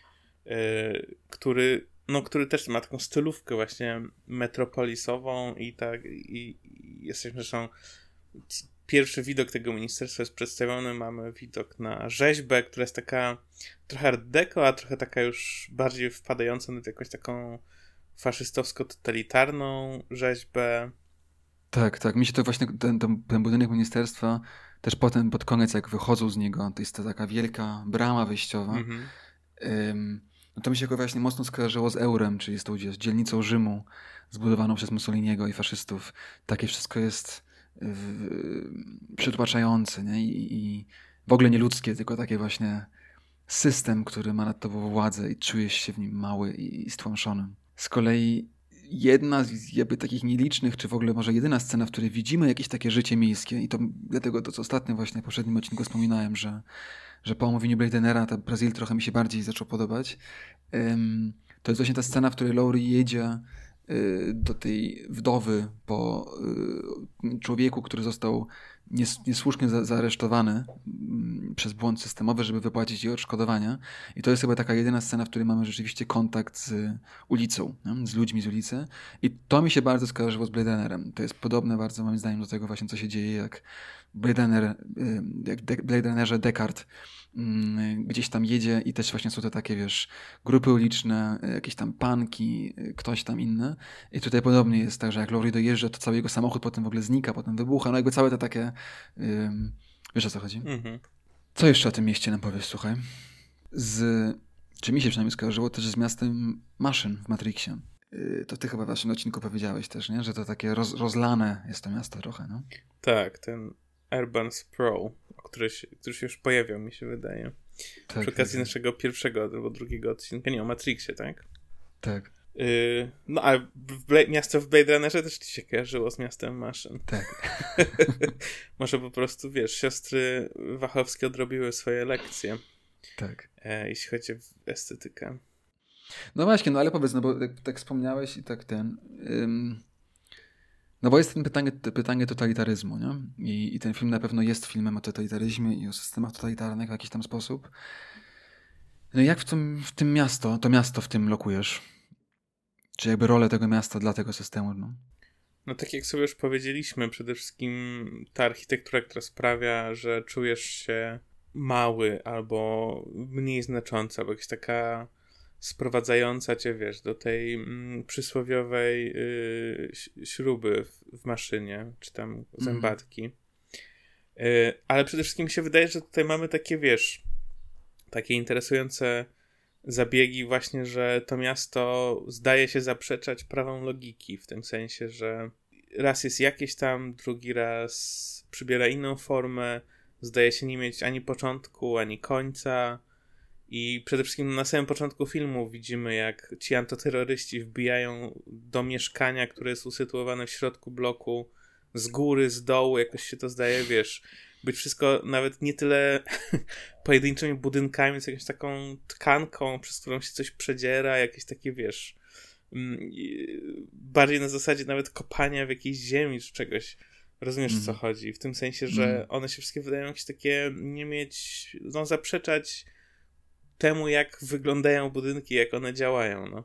który też ma taką stylówkę właśnie metropolisową i tak i jesteśmy zresztą pierwszy widok tego ministerstwa jest przedstawiony, mamy widok na rzeźbę, która jest taka trochę art deco, a trochę taka już bardziej wpadająca na jakąś taką faszystowsko-totalitarną rzeźbę. Tak, mi się to właśnie ten budynek ministerstwa też potem pod koniec jak wychodzą z niego, to jest ta taka wielka brama wyjściowa. No to mi się właśnie mocno skojarzyło z Eurem, czyli z tą dzielnicą Rzymu zbudowaną przez Mussoliniego i faszystów. Takie wszystko jest przytłaczające, nie? I w ogóle nie ludzkie, tylko takie właśnie system, który ma nad tobą władzę i czujesz się w nim mały i stłamszony. Z kolei jedna z jakby takich nielicznych, czy w ogóle może jedyna scena, w której widzimy jakieś takie życie miejskie i to dlatego to, co ostatnio właśnie w poprzednim odcinku wspominałem, że po omówieniu Blade Runnera ta Brazil trochę mi się bardziej zaczął podobać. To jest właśnie ta scena, w której Laurie jedzie do tej wdowy po człowieku, który został niesłusznie zaaresztowany przez błąd systemowy, żeby wypłacić jej odszkodowania. I to jest chyba taka jedyna scena, w której mamy rzeczywiście kontakt z ulicą, nie? Z ludźmi z ulicy. I to mi się bardzo skojarzyło z Blade Runnerem. To jest podobne bardzo moim zdaniem do tego właśnie, co się dzieje jak Blade Runnerze Descartes gdzieś tam jedzie i też właśnie są te takie, wiesz, grupy uliczne, jakieś tam punki, ktoś tam inny. I tutaj podobnie jest tak, że jak Laurie dojeżdża, to cały jego samochód potem w ogóle znika, potem wybucha, no jakby całe te takie... wiesz, o co chodzi? Co jeszcze o tym mieście nam powiesz, słuchaj? Z Czy mi się przynajmniej skojarzyło też z miastem maszyn w Matrixie. To ty chyba w waszym odcinku powiedziałeś też, nie? Że to takie rozlane jest to miasto trochę, no? Tak, ten Urban Sprawl, który się już pojawiał, mi się wydaje. Tak, Przy okazji tak. naszego pierwszego albo drugiego odcinka, nie o Matrixie, tak? Tak, No, ale miasto w Blade Runnerze też ci się kojarzyło z miastem maszyn. tak. Może po prostu, wiesz, siostry Wachowskie odrobiły swoje lekcje, Tak. jeśli chodzi o estetykę. No właśnie, no ale powiedz, no bo tak wspomniałeś i tak no bo jest ten pytanie totalitaryzmu, nie? I ten film na pewno jest filmem o totalitaryzmie i o systemach totalitarnych w jakiś tam sposób. No i jak w tym to miasto w tym lokujesz? Czy jakby rolę tego miasta dla tego systemu, no? No tak jak sobie już powiedzieliśmy, przede wszystkim ta architektura, która sprawia, że czujesz się mały albo mniej znacząca, bo jakaś taka sprowadzająca cię, wiesz, do tej przysłowiowej śruby w maszynie, czy tam zębatki. Ale przede wszystkim mi się wydaje, że tutaj mamy takie, wiesz, takie interesujące zabiegi właśnie, że to miasto zdaje się zaprzeczać prawom logiki, w tym sensie, że raz jest jakieś tam, drugi raz przybiera inną formę, zdaje się nie mieć ani początku, ani końca i przede wszystkim na samym początku filmu widzimy, jak ci antyterroryści wbijają do mieszkania, które jest usytuowane w środku bloku, z góry, z dołu, jakoś się to zdaje, wiesz, być wszystko nawet nie tyle pojedynczymi budynkami, co jakąś taką tkanką, przez którą się coś przedziera, jakieś takie, wiesz, bardziej na zasadzie nawet kopania w jakiejś ziemi czy czegoś. Rozumiesz, o co chodzi? W tym sensie, że one się wszystkie wydają jakieś takie nie mieć, no zaprzeczać temu, jak wyglądają budynki, jak one działają, no.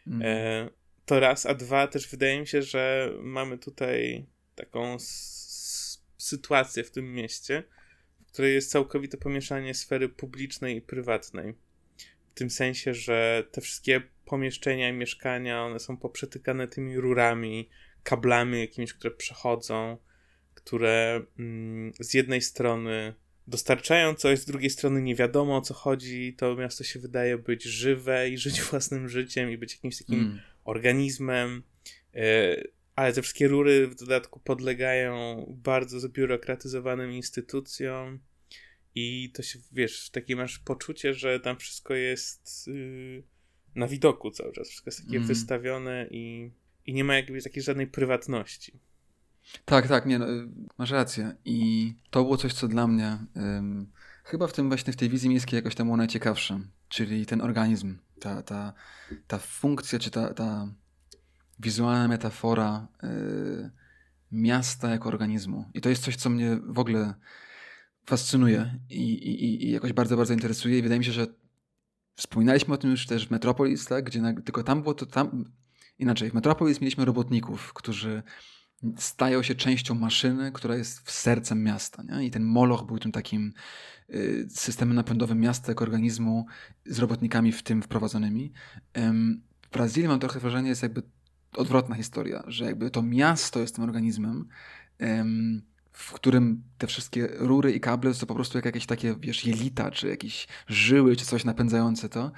To raz, a dwa też wydaje mi się, że mamy tutaj taką sytuację w tym mieście, w której jest całkowite pomieszanie sfery publicznej i prywatnej. W tym sensie, że te wszystkie pomieszczenia i mieszkania, one są poprzetykane tymi rurami, kablami jakimiś, które przechodzą, które z jednej strony dostarczają coś, z drugiej strony nie wiadomo, o co chodzi. To miasto się wydaje być żywe i żyć własnym życiem i być jakimś takim organizmem, ale te wszystkie rury w dodatku podlegają bardzo zbiurokratyzowanym instytucjom i to się, wiesz, takie masz poczucie, że tam wszystko jest na widoku cały czas. Wszystko jest takie wystawione i nie ma jakby takiej żadnej prywatności. Tak, nie, no, masz rację. I to było coś, co dla mnie chyba w tej wizji miejskiej jakoś tam było najciekawsze, czyli ten organizm, ta funkcja, czy ta wizualna metafora miasta jako organizmu. I to jest coś, co mnie w ogóle fascynuje i jakoś bardzo, bardzo interesuje. I wydaje mi się, że wspominaliśmy o tym już też w Metropolis, tak? Gdzie tylko tam było to tam... Inaczej, w Metropolis mieliśmy robotników, którzy stają się częścią maszyny, która jest sercem miasta. Nie? I ten Moloch był tym takim systemem napędowym miasta jako organizmu z robotnikami w tym wprowadzonymi. W Brazylii mam trochę wrażenie, jest jakby odwrotna historia, że jakby to miasto jest tym organizmem, w którym te wszystkie rury i kable to po prostu jak jakieś takie, wiesz, jelita, czy jakieś żyły, czy coś napędzające to.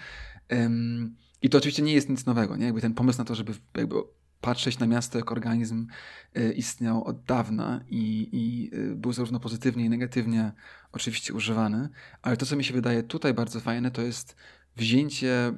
I to oczywiście nie jest nic nowego, nie? Jakby ten pomysł na to, żeby jakby patrzeć na miasto jako organizm istniał od dawna i był zarówno pozytywnie i negatywnie oczywiście używany, ale to, co mi się wydaje tutaj bardzo fajne, to jest wzięcie,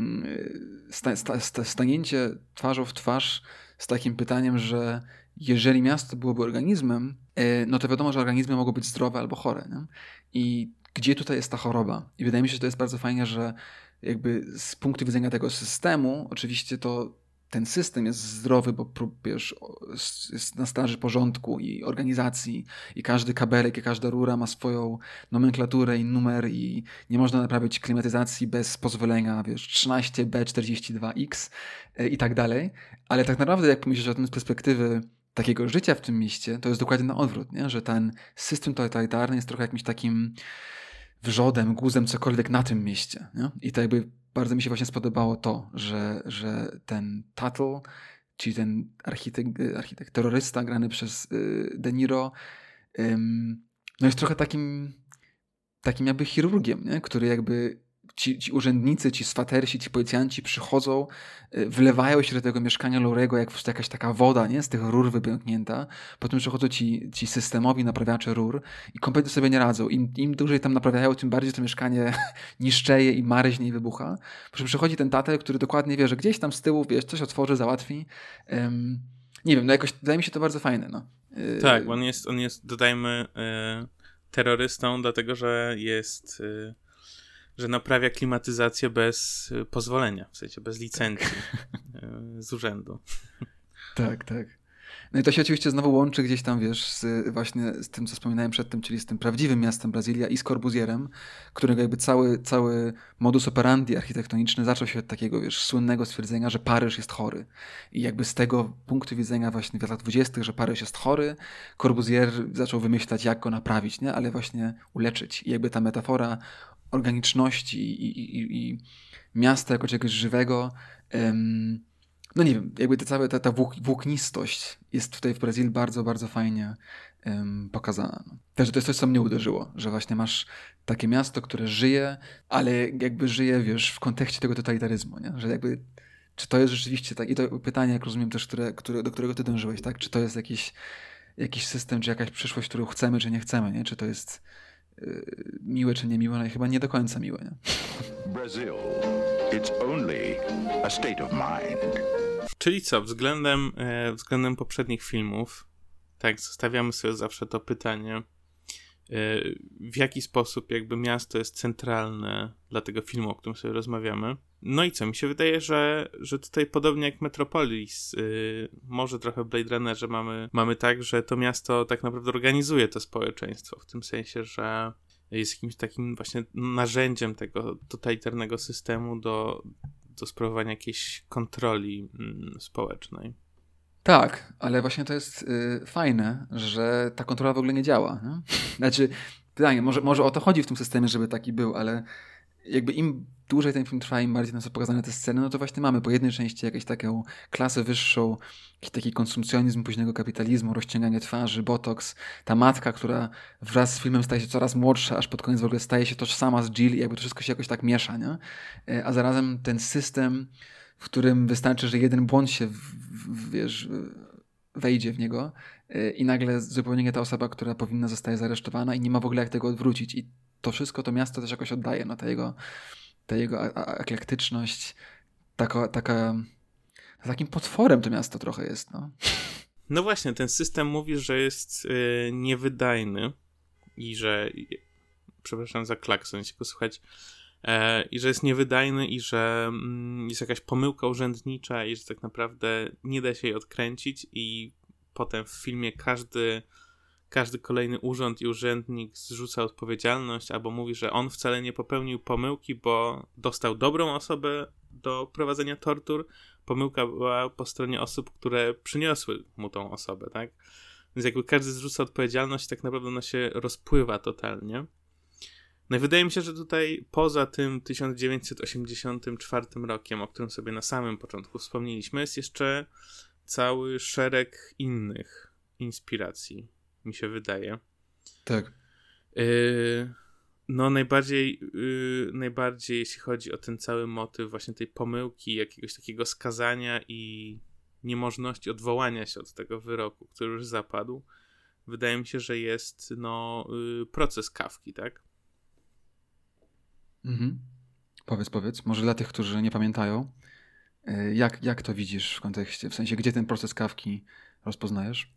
stanięcie twarzą w twarz z takim pytaniem, że jeżeli miasto byłoby organizmem, no to wiadomo, że organizmy mogą być zdrowe albo chore. Nie? I gdzie tutaj jest ta choroba? I wydaje mi się, że to jest bardzo fajnie, że jakby z punktu widzenia tego systemu, oczywiście to ten system jest zdrowy, bo wiesz, jest na straży porządku i organizacji i każdy kabelek i każda rura ma swoją nomenklaturę i numer i nie można naprawić klimatyzacji bez pozwolenia, wiesz, 13B42X i tak dalej. Ale tak naprawdę, jak pomyślisz o tym z perspektywy takiego życia w tym mieście, to jest dokładnie na odwrót, nie? Że ten system totalitarny jest trochę jakimś takim wrzodem, guzem, cokolwiek na tym mieście. Nie? I to jakby bardzo mi się właśnie spodobało to, że ten Tuttle, czyli ten architekt terrorysta grany przez De Niro, no jest trochę takim jakby chirurgiem, nie? Który jakby ci urzędnicy, ci swatersi, ci policjanci przychodzą, wlewają się do tego mieszkania Laurego jak jakaś taka woda, nie? Z tych rur wypęknięta. Potem przychodzą ci systemowi naprawiacze rur i kompletnie sobie nie radzą. Im dłużej tam naprawiają, tym bardziej to mieszkanie niszczeje i maryźnie i wybucha. Po czym przychodzi ten tatel, który dokładnie wie, że gdzieś tam z tyłu, wiesz, coś otworzy, załatwi. Nie wiem, no jakoś wydaje mi się to bardzo fajne, no. Tak, bo on jest dodajmy, terrorystą, dlatego że że naprawia klimatyzację bez pozwolenia, w sensie bez licencji z urzędu. Tak, tak. No i to się oczywiście znowu łączy gdzieś tam, wiesz, właśnie z tym, co wspominałem przedtem, czyli z tym prawdziwym miastem Brazylia i z Corbusierem, którego jakby cały modus operandi architektoniczny zaczął się od takiego, wiesz, słynnego stwierdzenia, że Paryż jest chory. I jakby z tego punktu widzenia właśnie w latach 20., że Paryż jest chory, Corbusier zaczął wymyślać, jak go naprawić, nie? Ale właśnie uleczyć. I jakby ta metafora organiczności i miasta jako czegoś żywego, no nie wiem, jakby ta włóknistość jest tutaj w Brazylii bardzo, bardzo fajnie pokazana. Także to jest coś, co mnie uderzyło, że właśnie masz takie miasto, które żyje, ale jakby żyje, wiesz, w kontekście tego totalitaryzmu, nie? Że jakby, czy to jest rzeczywiście tak, i to pytanie, jak rozumiem też, do którego ty dążyłeś, tak? Czy to jest jakiś system, czy jakaś przyszłość, którą chcemy, czy nie chcemy, nie? Czy to jest miłe, czy niemiłe, no i chyba nie do końca miłe, nie? Brazil, it's only a state of mind. Czyli co, względem poprzednich filmów, tak, zostawiamy sobie zawsze to pytanie, w jaki sposób jakby miasto jest centralne dla tego filmu, o którym sobie rozmawiamy. No i co, mi się wydaje, że tutaj podobnie jak Metropolis, może trochę w Blade Runnerze mamy tak, że to miasto tak naprawdę organizuje to społeczeństwo, w tym sensie, że jest jakimś takim właśnie narzędziem tego totalitarnego systemu do sprawowania jakiejś kontroli społecznej. Tak, ale właśnie to jest fajne, że ta kontrola w ogóle nie działa. Nie? Znaczy, pytanie, może o to chodzi w tym systemie, żeby taki był, ale jakby im dłużej ten film trwa, im bardziej nam są pokazane te sceny, no to właśnie mamy po jednej części jakąś taką klasę wyższą, jakiś taki konsumpcjonizm późnego kapitalizmu, rozciąganie twarzy, botoks, ta matka, która wraz z filmem staje się coraz młodsza, aż pod koniec w ogóle staje się tożsama z Jill i jakby to wszystko się jakoś tak miesza, nie? A zarazem ten system, w którym wystarczy, że jeden błąd się wiesz, wejdzie w niego i nagle zupełnie nie ta osoba, która powinna, zostaje zaresztowana i nie ma w ogóle jak tego odwrócić. I to wszystko to miasto też jakoś oddaje, no ta jego eklektyczność, takim potworem to miasto trochę jest, no. No właśnie, ten system mówi, że jest niewydajny i że, przepraszam za klakson, jeśli go słuchać, i że jest niewydajny i że jest jakaś pomyłka urzędnicza i że tak naprawdę nie da się jej odkręcić i potem w filmie każdy kolejny urząd i urzędnik zrzuca odpowiedzialność albo mówi, że on wcale nie popełnił pomyłki, bo dostał dobrą osobę do prowadzenia tortur. Pomyłka była po stronie osób, które przyniosły mu tą osobę, tak? Więc jakby każdy zrzuca odpowiedzialność, tak naprawdę ona się rozpływa totalnie. No i wydaje mi się, że tutaj poza tym 1984 rokiem, o którym sobie na samym początku wspomnieliśmy, jest jeszcze cały szereg innych inspiracji, mi się wydaje. Tak. No najbardziej jeśli chodzi o ten cały motyw właśnie tej pomyłki, jakiegoś takiego skazania i niemożności odwołania się od tego wyroku, który już zapadł, wydaje mi się, że jest proces Kafki, tak? Mhm. Powiedz, może dla tych, którzy nie pamiętają, jak to widzisz w kontekście, w sensie, gdzie ten proces Kafki rozpoznajesz?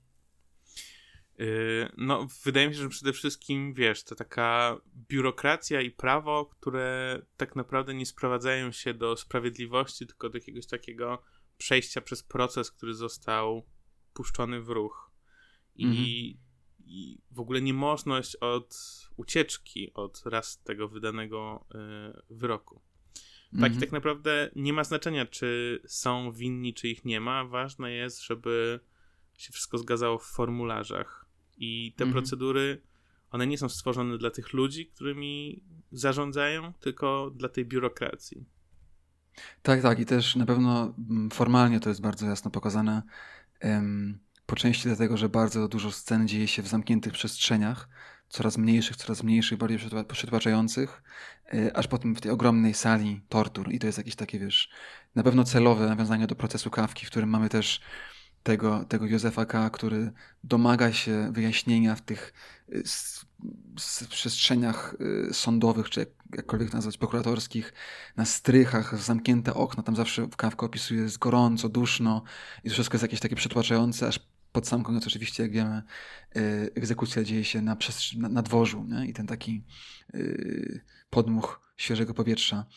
No, wydaje mi się, że przede wszystkim, wiesz, to taka biurokracja i prawo, które tak naprawdę nie sprowadzają się do sprawiedliwości, tylko do jakiegoś takiego przejścia przez proces, który został puszczony w ruch. I w ogóle niemożność od ucieczki od raz tego wydanego wyroku. Tak, i tak naprawdę nie ma znaczenia, czy są winni, czy ich nie ma. Ważne jest, żeby się wszystko zgadzało w formularzach. I te procedury, one nie są stworzone dla tych ludzi, którymi zarządzają, tylko dla tej biurokracji. Tak. I też na pewno formalnie to jest bardzo jasno pokazane. Po części dlatego, że bardzo dużo scen dzieje się w zamkniętych przestrzeniach, coraz mniejszych, bardziej przytłaczających, aż potem w tej ogromnej sali tortur. I to jest jakieś takie, wiesz, na pewno celowe nawiązanie do procesu Kafki, w którym mamy też tego Józefa K., który domaga się wyjaśnienia w tych przestrzeniach sądowych, czy jakkolwiek nazwać, prokuratorskich, na strychach, zamknięte okna, tam zawsze Kafka opisuje, jest gorąco, duszno i to wszystko jest jakieś takie przytłaczające, aż pod sam koniec oczywiście, jak wiemy, egzekucja dzieje się na dworzu, nie? I ten taki podmuch świeżego powietrza.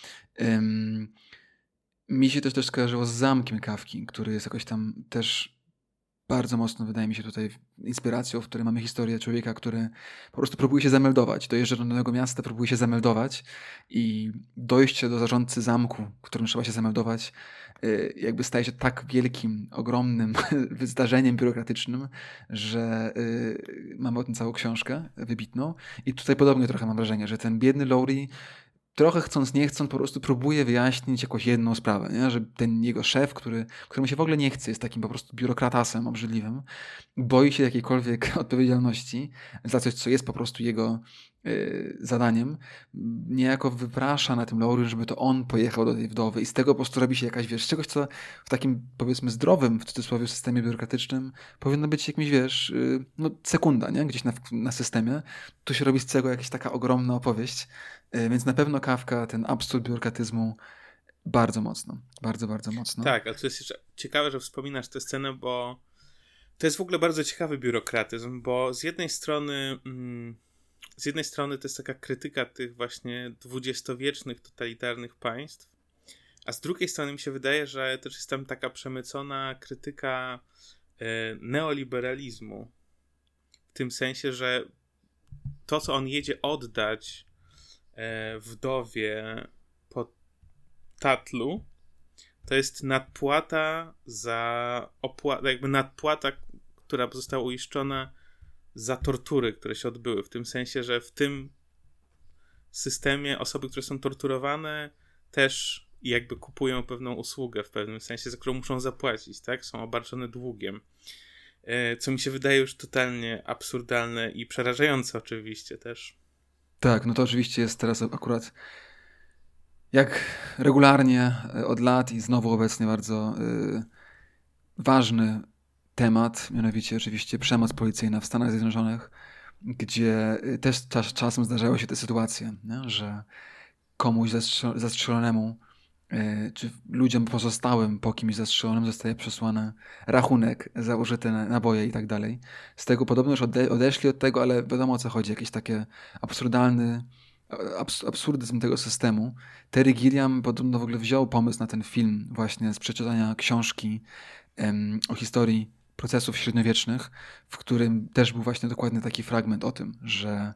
Mi się też skojarzyło z zamkiem Kafki, który jest jakoś tam też bardzo mocno, wydaje mi się, tutaj inspiracją, w której mamy historię człowieka, który po prostu próbuje się zameldować. Dojeżdża do nowego miasta, próbuje się zameldować i dojście do zarządcy zamku, którym trzeba się zameldować, jakby staje się tak wielkim, ogromnym zdarzeniem biurokratycznym, że mamy o tym całą książkę wybitną. I tutaj podobnie trochę mam wrażenie, że ten biedny Lowry trochę chcąc, nie chcąc, po prostu próbuje wyjaśnić jakąś jedną sprawę, nie? Że ten jego szef, któremu się w ogóle nie chce, jest takim po prostu biurokratasem obrzydliwym, boi się jakiejkolwiek odpowiedzialności za coś, co jest po prostu jego zadaniem, niejako wyprasza na tym Lowry, żeby to on pojechał do tej wdowy i z tego po prostu robi się jakaś, wiesz, czegoś, co w takim, powiedzmy, zdrowym, w cudzysłowie, systemie biurokratycznym powinno być jakimś, wiesz, no sekunda, nie? Gdzieś na systemie. Tu się robi z tego jakaś taka ogromna opowieść, więc na pewno Kafka, ten absurd biurokratyzmu bardzo mocno. Bardzo, bardzo mocno. Tak, ale to jest jeszcze ciekawe, że wspominasz tę scenę, bo to jest w ogóle bardzo ciekawy biurokratyzm, bo z jednej strony to jest taka krytyka tych właśnie dwudziestowiecznych, totalitarnych państw, a z drugiej strony mi się wydaje, że też jest tam taka przemycona krytyka neoliberalizmu. W tym sensie, że to, co on jedzie oddać wdowie po Tatlu, to jest nadpłata nadpłata, która została uiszczona za tortury, które się odbyły. W tym sensie, że w tym systemie osoby, które są torturowane, też jakby kupują pewną usługę w pewnym sensie, za którą muszą zapłacić, tak? Są obarczone długiem. Co mi się wydaje już totalnie absurdalne i przerażające oczywiście też. Tak, no to oczywiście jest teraz akurat jak regularnie od lat i znowu obecnie bardzo ważny temat, mianowicie oczywiście przemoc policyjna w Stanach Zjednoczonych, gdzie też czasem zdarzały się te sytuacje, nie? Że komuś zastrzelonemu czy ludziom pozostałym po kimś zastrzelonym zostaje przesłany rachunek za użyte naboje i tak dalej. Z tego podobno już odeszli od tego, ale wiadomo o co chodzi. Jakiś taki absurdyzm tego systemu. Terry Gilliam podobno w ogóle wziął pomysł na ten film właśnie z przeczytania książki o historii procesów średniowiecznych, w którym też był właśnie dokładnie taki fragment o tym, że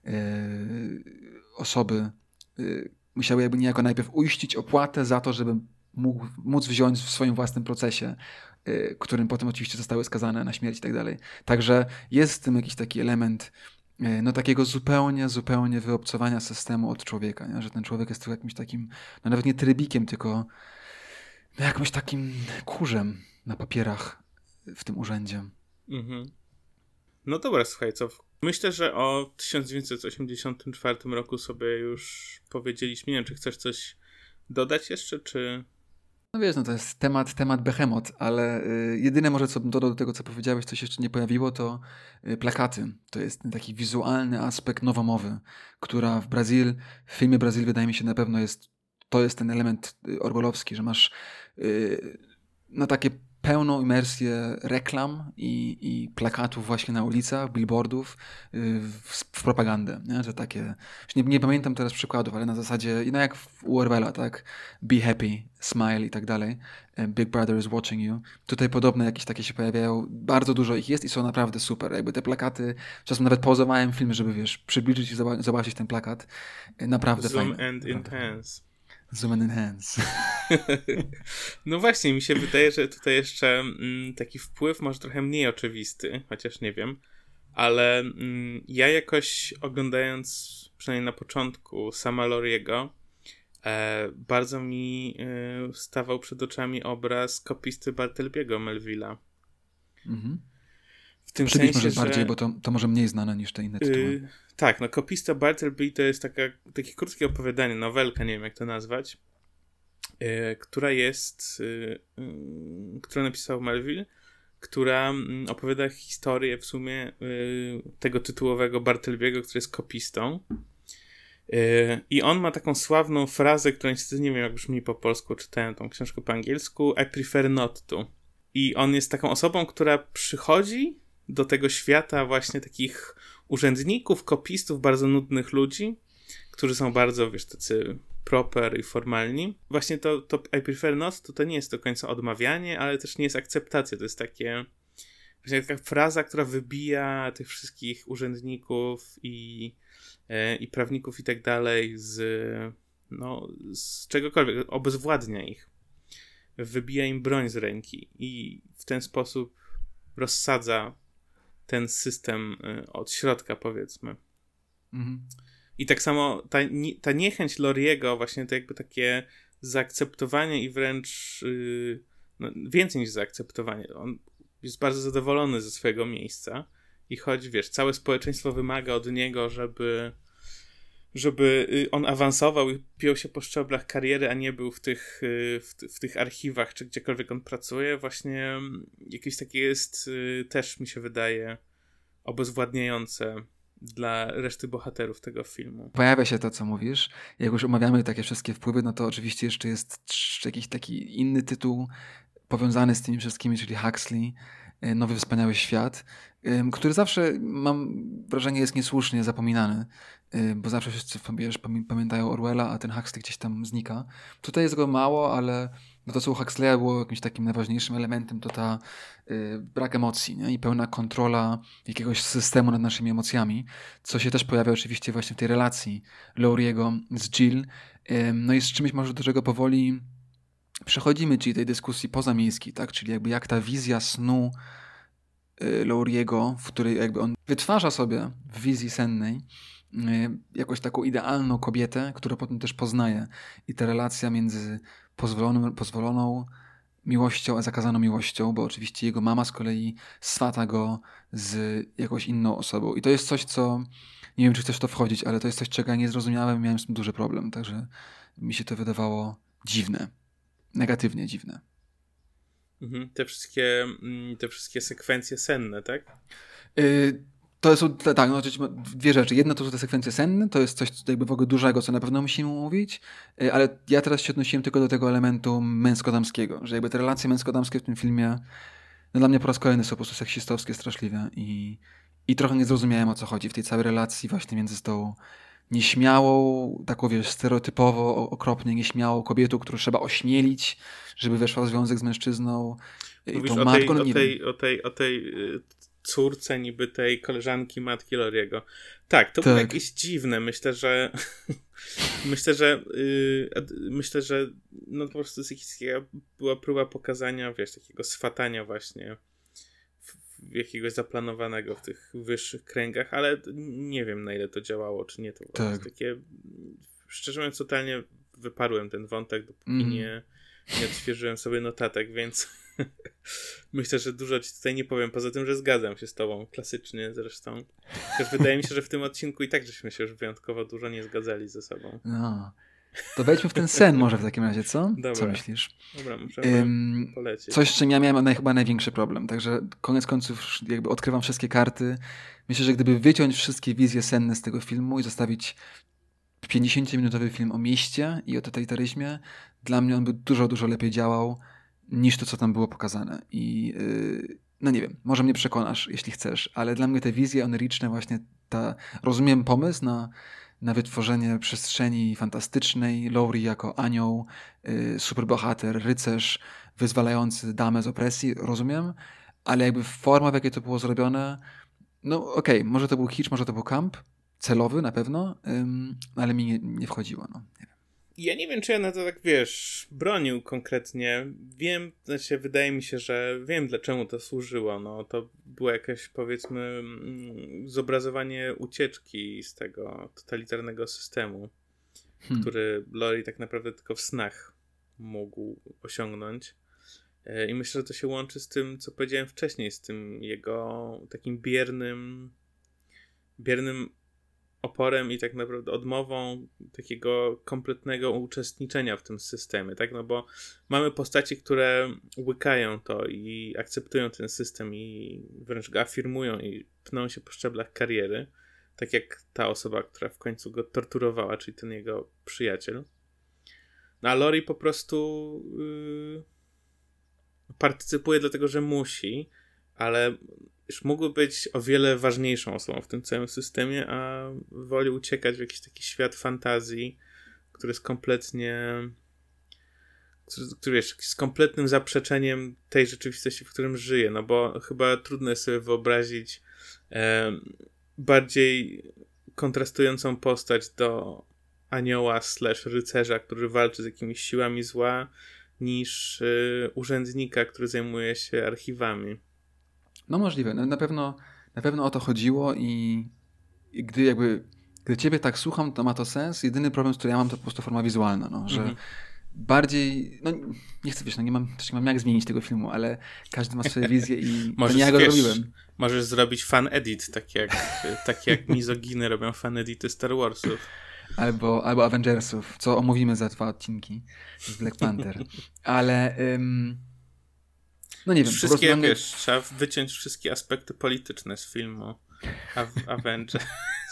osoby musiały jakby niejako najpierw uiścić opłatę za to, żeby móc wziąć w swoim własnym procesie, którym potem oczywiście zostały skazane na śmierć i tak dalej. Także jest w tym jakiś taki element no takiego zupełnie wyobcowania systemu od człowieka, nie? Że ten człowiek jest tu jakimś takim, no nawet nie trybikiem, tylko no jakimś takim kurzem na papierach w tym urzędzie. Mhm. No dobra, słuchaj, myślę, że o 1984 roku sobie już powiedzieliśmy. Nie wiem, czy chcesz coś dodać jeszcze, czy... No wiesz, no to jest temat behemoth, ale jedyne może co bym dodał do tego, co powiedziałeś, co się jeszcze nie pojawiło, to plakaty. To jest ten taki wizualny aspekt nowomowy, która w filmie Brazil wydaje mi się na pewno to jest ten element orwellowski, że masz no takie pełną imersję reklam i plakatów właśnie na ulicach, billboardów w propagandę. Nie? Że takie, już nie pamiętam teraz przykładów, ale na zasadzie, no jak u Orwella, tak? Be happy, smile i tak dalej. Big Brother is watching you. Tutaj podobne jakieś takie się pojawiają. Bardzo dużo ich jest i są naprawdę super. Jakby te plakaty, czasem nawet pauzowałem film, żeby wiesz, przybliżyć i zobaczyć ten plakat. Naprawdę Zoom fajny. and enhance. Zoom and enhance. No właśnie, mi się wydaje, że tutaj jeszcze taki wpływ może trochę mniej oczywisty, chociaż nie wiem, ale ja jakoś oglądając, przynajmniej na początku, sama Lowry'ego, bardzo mi stawał przed oczami obraz kopisty Bartlebiego Melville'a. Mhm. W tym Przybliż sensie, może bardziej, że... bo to może mniej znane niż te inne tytuły. Tak, no Kopista Bartleby to jest takie krótkie opowiadanie, nowelka, nie wiem jak to nazwać, którą napisał Melville, która opowiada historię w sumie tego tytułowego Bartleby'ego, który jest kopistą. I on ma taką sławną frazę, którą niestety nie wiem jak brzmi po polsku, czytałem tą książkę po angielsku, I prefer not to. I on jest taką osobą, która przychodzi do tego świata właśnie takich urzędników, kopistów, bardzo nudnych ludzi, którzy są bardzo, tacy proper i formalni. Właśnie to I prefer not to nie jest do końca odmawianie, ale też nie jest akceptacja. To jest właśnie taka fraza, która wybija tych wszystkich urzędników i prawników i tak dalej z czegokolwiek, obezwładnia ich. Wybija im broń z ręki i w ten sposób rozsadza ten system od środka, powiedzmy. Mhm. I tak samo ta niechęć Lauriego, właśnie to jakby takie zaakceptowanie i wręcz więcej niż zaakceptowanie. On jest bardzo zadowolony ze swojego miejsca i choć, całe społeczeństwo wymaga od niego, żeby on awansował i piął się po szczeblach kariery, a nie był w tych archiwach, czy gdziekolwiek on pracuje, właśnie jakieś takie jest, też mi się wydaje, obezwładniające dla reszty bohaterów tego filmu. Pojawia się to, co mówisz. Jak już omawiamy takie wszystkie wpływy, no to oczywiście jeszcze jest jakiś taki inny tytuł powiązany z tymi wszystkimi, czyli Huxley, Nowy Wspaniały Świat, który zawsze, mam wrażenie, jest niesłusznie zapominany, bo zawsze wszyscy pamiętają Orwella, a ten Huxley gdzieś tam znika. Tutaj jest go mało, ale to, co u Huxleya było jakimś takim najważniejszym elementem, to ta brak emocji, nie? I pełna kontrola jakiegoś systemu nad naszymi emocjami, co się też pojawia oczywiście właśnie w tej relacji Lauriego z Jill. No i z czymś może do czego powoli przechodzimy, czyli tej dyskusji pozamiejskiej, tak? Czyli jakby jak ta wizja snu Lauriego, w której jakby on wytwarza sobie w wizji sennej jakoś taką idealną kobietę, którą potem też poznaje. I ta relacja między pozwoloną miłością, a zakazaną miłością, bo oczywiście jego mama z kolei swata go z jakąś inną osobą. I to jest coś, co nie wiem, czy chcesz w to wchodzić, ale to jest coś, czego ja nie zrozumiałem i miałem z tym duży problem. Także mi się to wydawało dziwne. Negatywnie dziwne. Te wszystkie sekwencje senne, tak? To są, tak, no, dwie rzeczy. Jedna to są te sekwencje senne, to jest coś jakby w ogóle dużego, co na pewno musimy mówić, ale ja teraz się odnosiłem tylko do tego elementu męsko-damskiego, że jakby te relacje męsko-damskie w tym filmie no dla mnie po raz kolejny są po prostu seksistowskie, straszliwe i trochę nie zrozumiałem, o co chodzi w tej całej relacji właśnie między tą nieśmiałą, taką stereotypowo, okropnie nieśmiałą kobietą, którą trzeba ośmielić, żeby weszła w związek z mężczyzną. Mówisz tą o matką, o tej córce niby tej koleżanki matki Lauriego. Tak, to było jakieś dziwne. Myślę, że no po prostu była próba pokazania, takiego swatania właśnie jakiegoś zaplanowanego w tych wyższych kręgach, ale nie wiem, na ile to działało, czy nie. To było takie, szczerze mówiąc, totalnie wyparłem ten wątek, dopóki nie odświeżyłem sobie notatek, więc myślę, że dużo ci tutaj nie powiem, poza tym, że zgadzam się z tobą, klasycznie zresztą. Też wydaje mi się, że w tym odcinku i tak żeśmy się już wyjątkowo dużo nie zgadzali ze sobą. No. To wejdźmy w ten sen może w takim razie, co? Dobra. Co myślisz? Dobra, możemy polecieć. Coś, z czym ja miałem chyba największy problem, także koniec końców jakby odkrywam wszystkie karty. Myślę, że gdyby wyciąć wszystkie wizje senne z tego filmu i zostawić 50-minutowy film o mieście i o totalitaryzmie, dla mnie on by dużo, dużo lepiej działał niż to, co tam było pokazane. I no nie wiem, może mnie przekonasz, jeśli chcesz, ale dla mnie te wizje oniryczne właśnie, rozumiem pomysł na wytworzenie przestrzeni fantastycznej, Laurie jako anioł, superbohater, rycerz wyzwalający damę z opresji, rozumiem, ale jakby forma, w jakiej to było zrobione, no okej, może to był kicz, może to był camp, celowy na pewno, ale mi nie wchodziło, no nie wiem. Ja nie wiem, czy ja na to tak, bronił konkretnie. Wiem, wydaje mi się, że wiem, dlaczego to służyło. No, to było jakieś, powiedzmy, zobrazowanie ucieczki z tego totalitarnego systemu, który Laurie tak naprawdę tylko w snach mógł osiągnąć. I myślę, że to się łączy z tym, co powiedziałem wcześniej, z tym jego takim biernym oporem i tak naprawdę odmową takiego kompletnego uczestniczenia w tym systemie, tak? No bo mamy postaci, które łykają to i akceptują ten system i wręcz go afirmują i pną się po szczeblach kariery, tak jak ta osoba, która w końcu go torturowała, czyli ten jego przyjaciel. No a Laurie po prostu partycypuje dlatego, że musi, ale już mógłby być o wiele ważniejszą osobą w tym całym systemie, a woli uciekać w jakiś taki świat fantazji, który jest kompletnie który jest kompletnym zaprzeczeniem tej rzeczywistości, w którym żyje, no bo chyba trudno jest sobie wyobrazić bardziej kontrastującą postać do anioła / rycerza, który walczy z jakimiś siłami zła, niż urzędnika, który zajmuje się archiwami. No możliwe. No, na pewno o to chodziło i gdy ciebie tak słucham, to ma to sens. Jedyny problem, z którym ja mam, to po prostu forma wizualna, no, że bardziej, no nie chcę, wiesz, no nie mam jak zmienić tego filmu, ale każdy ma swoje wizje i możesz, ja go zrobiłem. Możesz zrobić fan edit, tak jak mizoginy robią fan edity Star Warsów. Albo Avengersów, co omówimy za 2 odcinki z Black Panther. Ale no nie wiem. Wszystkie, po prostu wiesz, trzeba wyciąć wszystkie aspekty polityczne z filmu Avengers.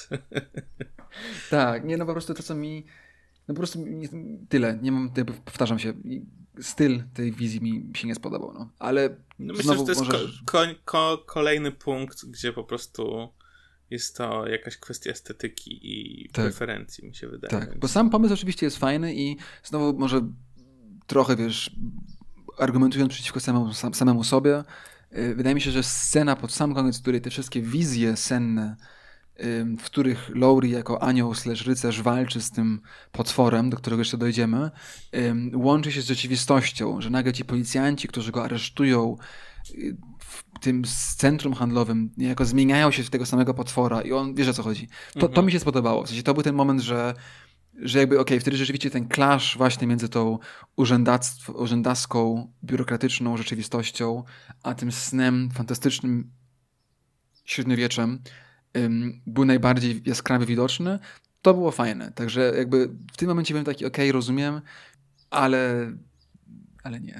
Tak, nie, no po prostu to, co mi... No po prostu tyle. Nie mam, powtarzam się, styl tej wizji mi się nie spodobał, no. Ale no myślę, że to jest kolejny punkt, gdzie po prostu jest to jakaś kwestia estetyki i preferencji, mi się wydaje. Tak, więc... bo sam pomysł oczywiście jest fajny i znowu może trochę, wiesz, argumentując przeciwko samemu sobie, wydaje mi się, że scena pod sam koniec, w której te wszystkie wizje senne, w których Laurie jako anioł / rycerz walczy z tym potworem, do którego jeszcze dojdziemy, łączy się z rzeczywistością, że nagle ci policjanci, którzy go aresztują w tym centrum handlowym, niejako zmieniają się w tego samego potwora i on, wiesz o co chodzi. To mi się spodobało. W sensie to był ten moment, że jakby wtedy rzeczywiście ten clash właśnie między tą urzędacką, biurokratyczną rzeczywistością, a tym snem fantastycznym średniowieczem był najbardziej jaskrawy, widoczny. To było fajne. Także jakby w tym momencie byłem taki, okej, rozumiem, ale nie.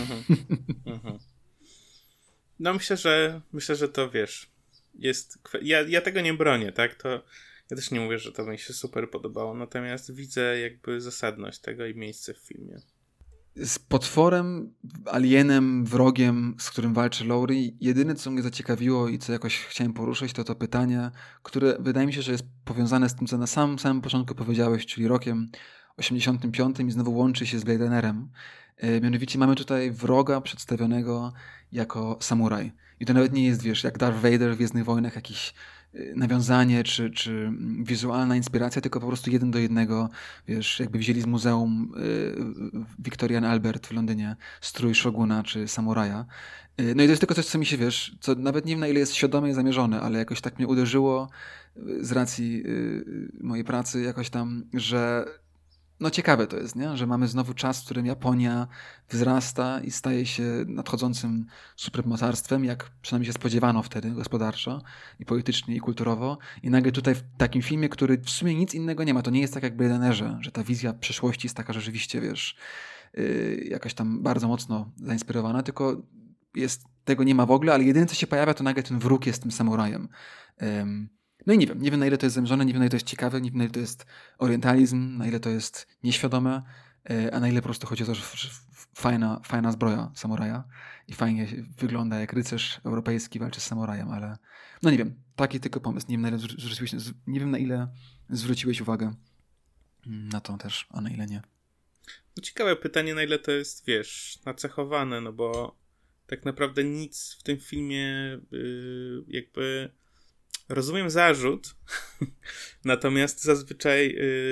No myślę, że to wiesz, jest... Ja tego nie bronię, tak? To ja też nie mówię, że to mi się super podobało, natomiast widzę jakby zasadność tego i miejsce w filmie. Z potworem, alienem, wrogiem, z którym walczy Laurie, jedyne, co mnie zaciekawiło i co jakoś chciałem poruszyć, to pytanie, które wydaje mi się, że jest powiązane z tym, co na samym początku powiedziałeś, czyli rokiem 85 i znowu łączy się z Blade Runnerem. Mianowicie mamy tutaj wroga przedstawionego jako samuraj. I to nawet nie jest, wiesz, jak Darth Vader w Gwiezdnych Wojnach, jakiś nawiązanie czy wizualna inspiracja, tylko po prostu 1 do 1, wiesz, jakby wzięli z muzeum Victorian Albert w Londynie strój szoguna czy samuraja. No i to jest tylko coś, co mi się, wiesz, co nawet nie wiem, na ile jest świadome i zamierzone, ale jakoś tak mnie uderzyło z racji mojej pracy jakoś tam, że no ciekawe to jest, nie? Że mamy znowu czas, w którym Japonia wzrasta i staje się nadchodzącym supermocarstwem, jak przynajmniej się spodziewano wtedy gospodarczo i politycznie i kulturowo. I nagle tutaj w takim filmie, który w sumie nic innego nie ma, to nie jest tak jak Blade Runnerze, że ta wizja przyszłości jest taka rzeczywiście, wiesz, jakaś tam bardzo mocno zainspirowana, tylko tego nie ma w ogóle, ale jedyne co się pojawia, to nagle ten wróg jest tym samurajem. No i nie wiem na ile to jest zamierzone, nie wiem na ile to jest ciekawe, nie wiem na ile to jest orientalizm, na ile to jest nieświadome, a na ile po prostu chodzi o to, że fajna zbroja samuraja i fajnie wygląda jak rycerz europejski walczy z samurajem, ale no nie wiem, taki tylko pomysł, nie wiem na ile zwróciłeś uwagę na to też, a na ile nie. No ciekawe pytanie, na ile to jest, wiesz, nacechowane, no bo tak naprawdę nic w tym filmie jakby... Rozumiem zarzut, natomiast zazwyczaj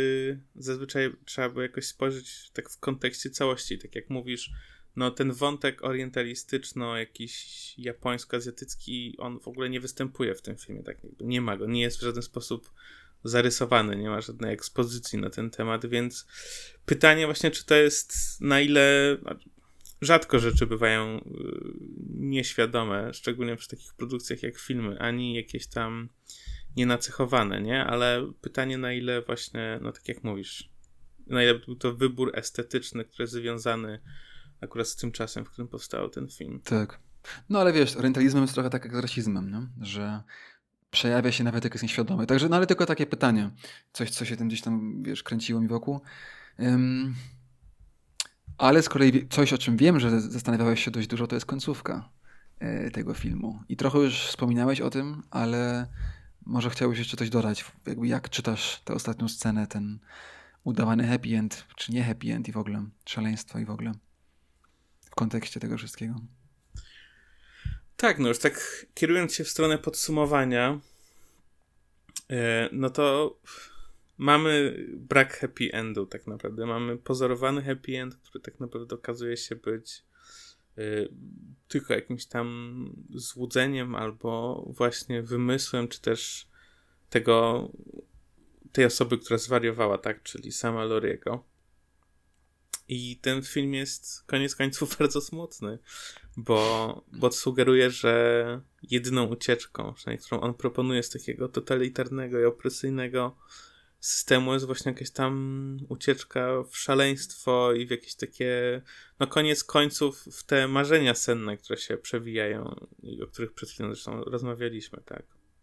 trzeba by jakoś spojrzeć tak w kontekście całości. Tak jak mówisz, no ten wątek orientalistyczno, jakiś japońsko-azjatycki, on w ogóle nie występuje w tym filmie. Tak jakby nie ma go, nie jest w żaden sposób zarysowany, nie ma żadnej ekspozycji na ten temat, więc pytanie właśnie, czy to jest na ile... rzadko rzeczy bywają nieświadome, szczególnie przy takich produkcjach jak filmy, ani jakieś tam nienacechowane, nie? Ale pytanie, na ile właśnie, no tak jak mówisz, na ile był to wybór estetyczny, który jest związany akurat z tym czasem, w którym powstał ten film. Tak. No ale wiesz, orientalizmem jest trochę tak jak z rasizmem, nie? Że przejawia się nawet jak jest nieświadomy. Także, no ale tylko takie pytanie. Coś, co się tym gdzieś tam, wiesz, kręciło mi wokół. Ale z kolei coś, o czym wiem, że zastanawiałeś się dość dużo, to jest końcówka tego filmu. I trochę już wspominałeś o tym, ale może chciałbyś jeszcze coś dodać. Jakby jak czytasz tę ostatnią scenę, ten udawany happy end, czy nie happy end i w ogóle, szaleństwo i w ogóle. W kontekście tego wszystkiego. Tak, no już tak kierując się w stronę podsumowania, no to mamy brak happy endu tak naprawdę. Mamy pozorowany happy end, który tak naprawdę okazuje się być tylko jakimś tam złudzeniem albo właśnie wymysłem, czy też tej osoby, która zwariowała, tak, czyli sama Lauriego. I ten film jest koniec końców bardzo smutny, bo sugeruje, że jedyną ucieczką, przynajmniej którą on proponuje z takiego totalitarnego i opresyjnego systemu, jest właśnie jakaś tam ucieczka w szaleństwo i w jakieś takie, no koniec końców w te marzenia senne, które się przewijają i o których przed chwilą zresztą rozmawialiśmy, tak.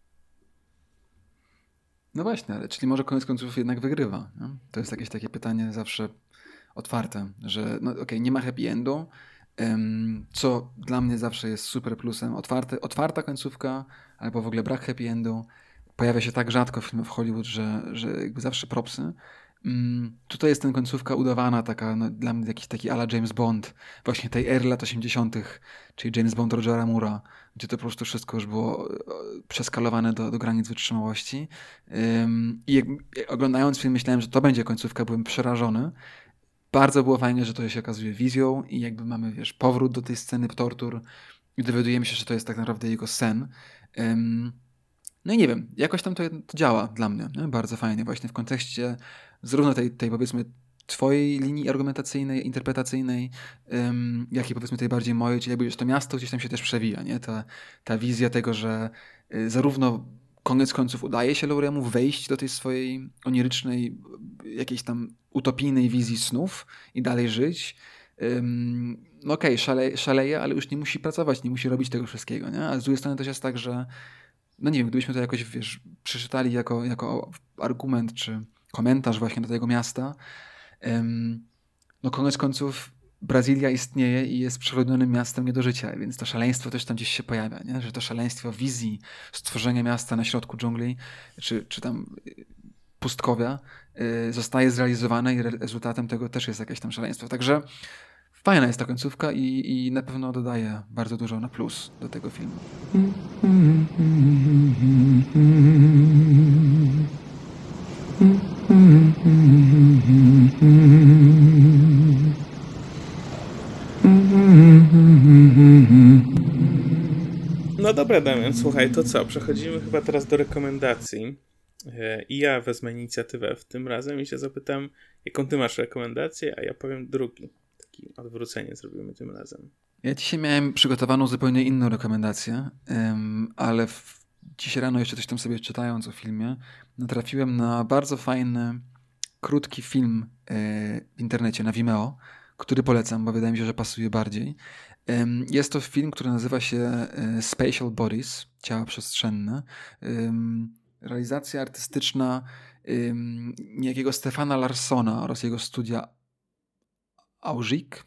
No właśnie, ale czyli może koniec końców jednak wygrywa. Nie? To jest jakieś takie pytanie zawsze otwarte, że no okej, nie ma happy endu, co dla mnie zawsze jest super plusem. Otwarta końcówka, albo w ogóle brak happy endu pojawia się tak rzadko w filmach w Hollywood, że jakby zawsze propsy. Tutaj jest ten końcówka udawana, taka no, dla mnie jakiś taki à la James Bond, właśnie tej ery lat 80., czyli James Bond Rogera Moore'a, gdzie to po prostu wszystko już było przeskalowane do granic wytrzymałości. I jak oglądając film myślałem, że to będzie końcówka, byłem przerażony. Bardzo było fajnie, że to się okazuje wizją i jakby mamy, wiesz, powrót do tej sceny tortur i dowiadujemy się, że to jest tak naprawdę jego sen. No i nie wiem, jakoś tam to działa dla mnie, nie? Bardzo fajnie, właśnie w kontekście zarówno tej powiedzmy twojej linii argumentacyjnej, interpretacyjnej, jak i powiedzmy tej bardziej mojej, czyli jakby już to miasto gdzieś tam się też przewija, nie? Ta wizja tego, że zarówno koniec końców udaje się Lauriemu wejść do tej swojej onirycznej, jakiejś tam utopijnej wizji snów i dalej żyć. No okej, szaleje, ale już nie musi pracować, nie musi robić tego wszystkiego, nie? A z drugiej strony też jest tak, że no nie wiem, gdybyśmy to jakoś, wiesz, przeczytali jako argument czy komentarz właśnie do tego miasta, no koniec końców Brazylia istnieje i jest przeludnionym miastem nie do życia, więc to szaleństwo też tam gdzieś się pojawia, nie? Że to szaleństwo wizji stworzenia miasta na środku dżungli, czy tam pustkowia zostaje zrealizowane i rezultatem tego też jest jakieś tam szaleństwo. Także fajna jest ta końcówka i na pewno dodaje bardzo dużo na plus do tego filmu. No dobra, Damian, słuchaj, to co? Przechodzimy chyba teraz do rekomendacji. I ja wezmę inicjatywę w tym razem i się zapytam, jaką ty masz rekomendację, a ja powiem drugi. Takie odwrócenie zrobimy tym razem. Ja dzisiaj miałem przygotowaną zupełnie inną rekomendację, ale dzisiaj rano jeszcze coś tam sobie czytając o filmie, natrafiłem na bardzo fajny, krótki film w internecie, na Vimeo, który polecam, bo wydaje mi się, że pasuje bardziej. Jest to film, który nazywa się Spatial Bodies, ciała przestrzenne. Realizacja artystyczna niejakiego Stefana Larssona oraz jego studia Awik.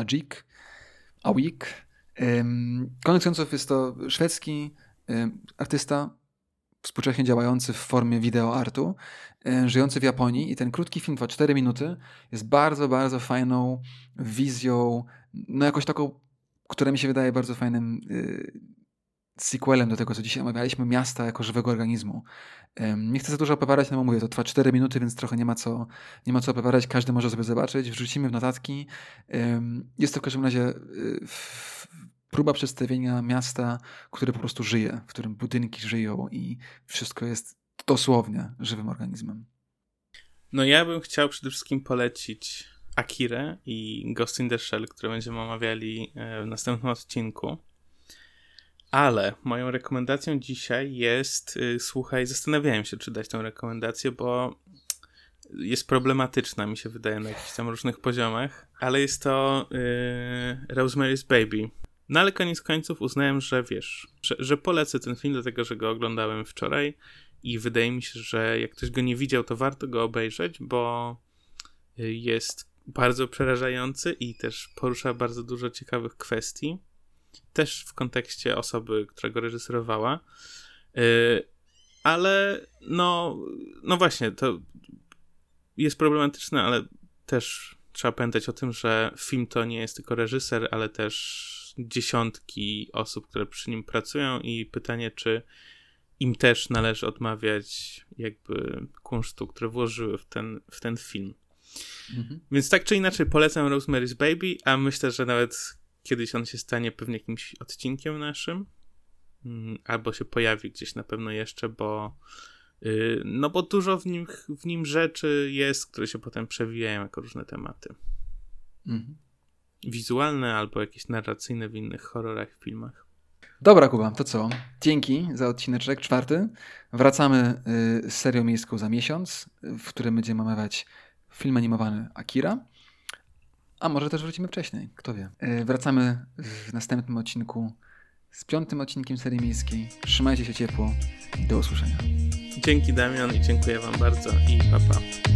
Koniec końców jest to szwedzki artysta, współcześnie działający w formie wideoartu, żyjący w Japonii i ten krótki film, trwa 4 minuty, jest bardzo, bardzo fajną wizją, no jakoś taką, która mi się wydaje bardzo fajnym sequelem do tego, co dzisiaj omawialiśmy, miasta jako żywego organizmu. Nie chcę za dużo opowiadać, no bo mówię, to trwa 4 minuty, więc trochę nie ma co opowiadać, każdy może sobie zobaczyć, wrzucimy w notatki. Jest to w każdym razie próba przedstawienia miasta, które po prostu żyje, w którym budynki żyją i wszystko jest dosłownie żywym organizmem. No ja bym chciał przede wszystkim polecić Akirę i Ghost in the Shell, które będziemy omawiali w następnym odcinku. Ale moją rekomendacją dzisiaj jest, słuchaj, zastanawiałem się, czy dać tę rekomendację, bo jest problematyczna, mi się wydaje, na jakichś tam różnych poziomach, ale jest to Rosemary's Baby. No ale koniec końców uznałem, że wiesz, że polecę ten film, dlatego że go oglądałem wczoraj i wydaje mi się, że jak ktoś go nie widział, to warto go obejrzeć, bo jest bardzo przerażający i też porusza bardzo dużo ciekawych kwestii. Też w kontekście osoby, która go reżyserowała. Ale no właśnie, to jest problematyczne, ale też trzeba pamiętać o tym, że film to nie jest tylko reżyser, ale też dziesiątki osób, które przy nim pracują i pytanie, czy im też należy odmawiać jakby kunsztu, które włożyły w ten film. Mhm. Więc tak czy inaczej polecam Rosemary's Baby, a myślę, że nawet kiedyś on się stanie pewnie jakimś odcinkiem naszym, albo się pojawi gdzieś na pewno jeszcze, bo dużo w nim rzeczy jest, które się potem przewijają jako różne tematy. Mhm. Wizualne albo jakieś narracyjne w innych horrorach, filmach. Dobra, Kuba, to co? Dzięki za odcineczek 4. Wracamy z serią miejską za miesiąc, w którym będziemy omawiać film animowany Akira. A może też wrócimy wcześniej, kto wie. Wracamy w następnym odcinku z 5. odcinkiem serii miejskiej. Trzymajcie się ciepło. Do usłyszenia. Dzięki, Damian, i dziękuję wam bardzo i pa pa.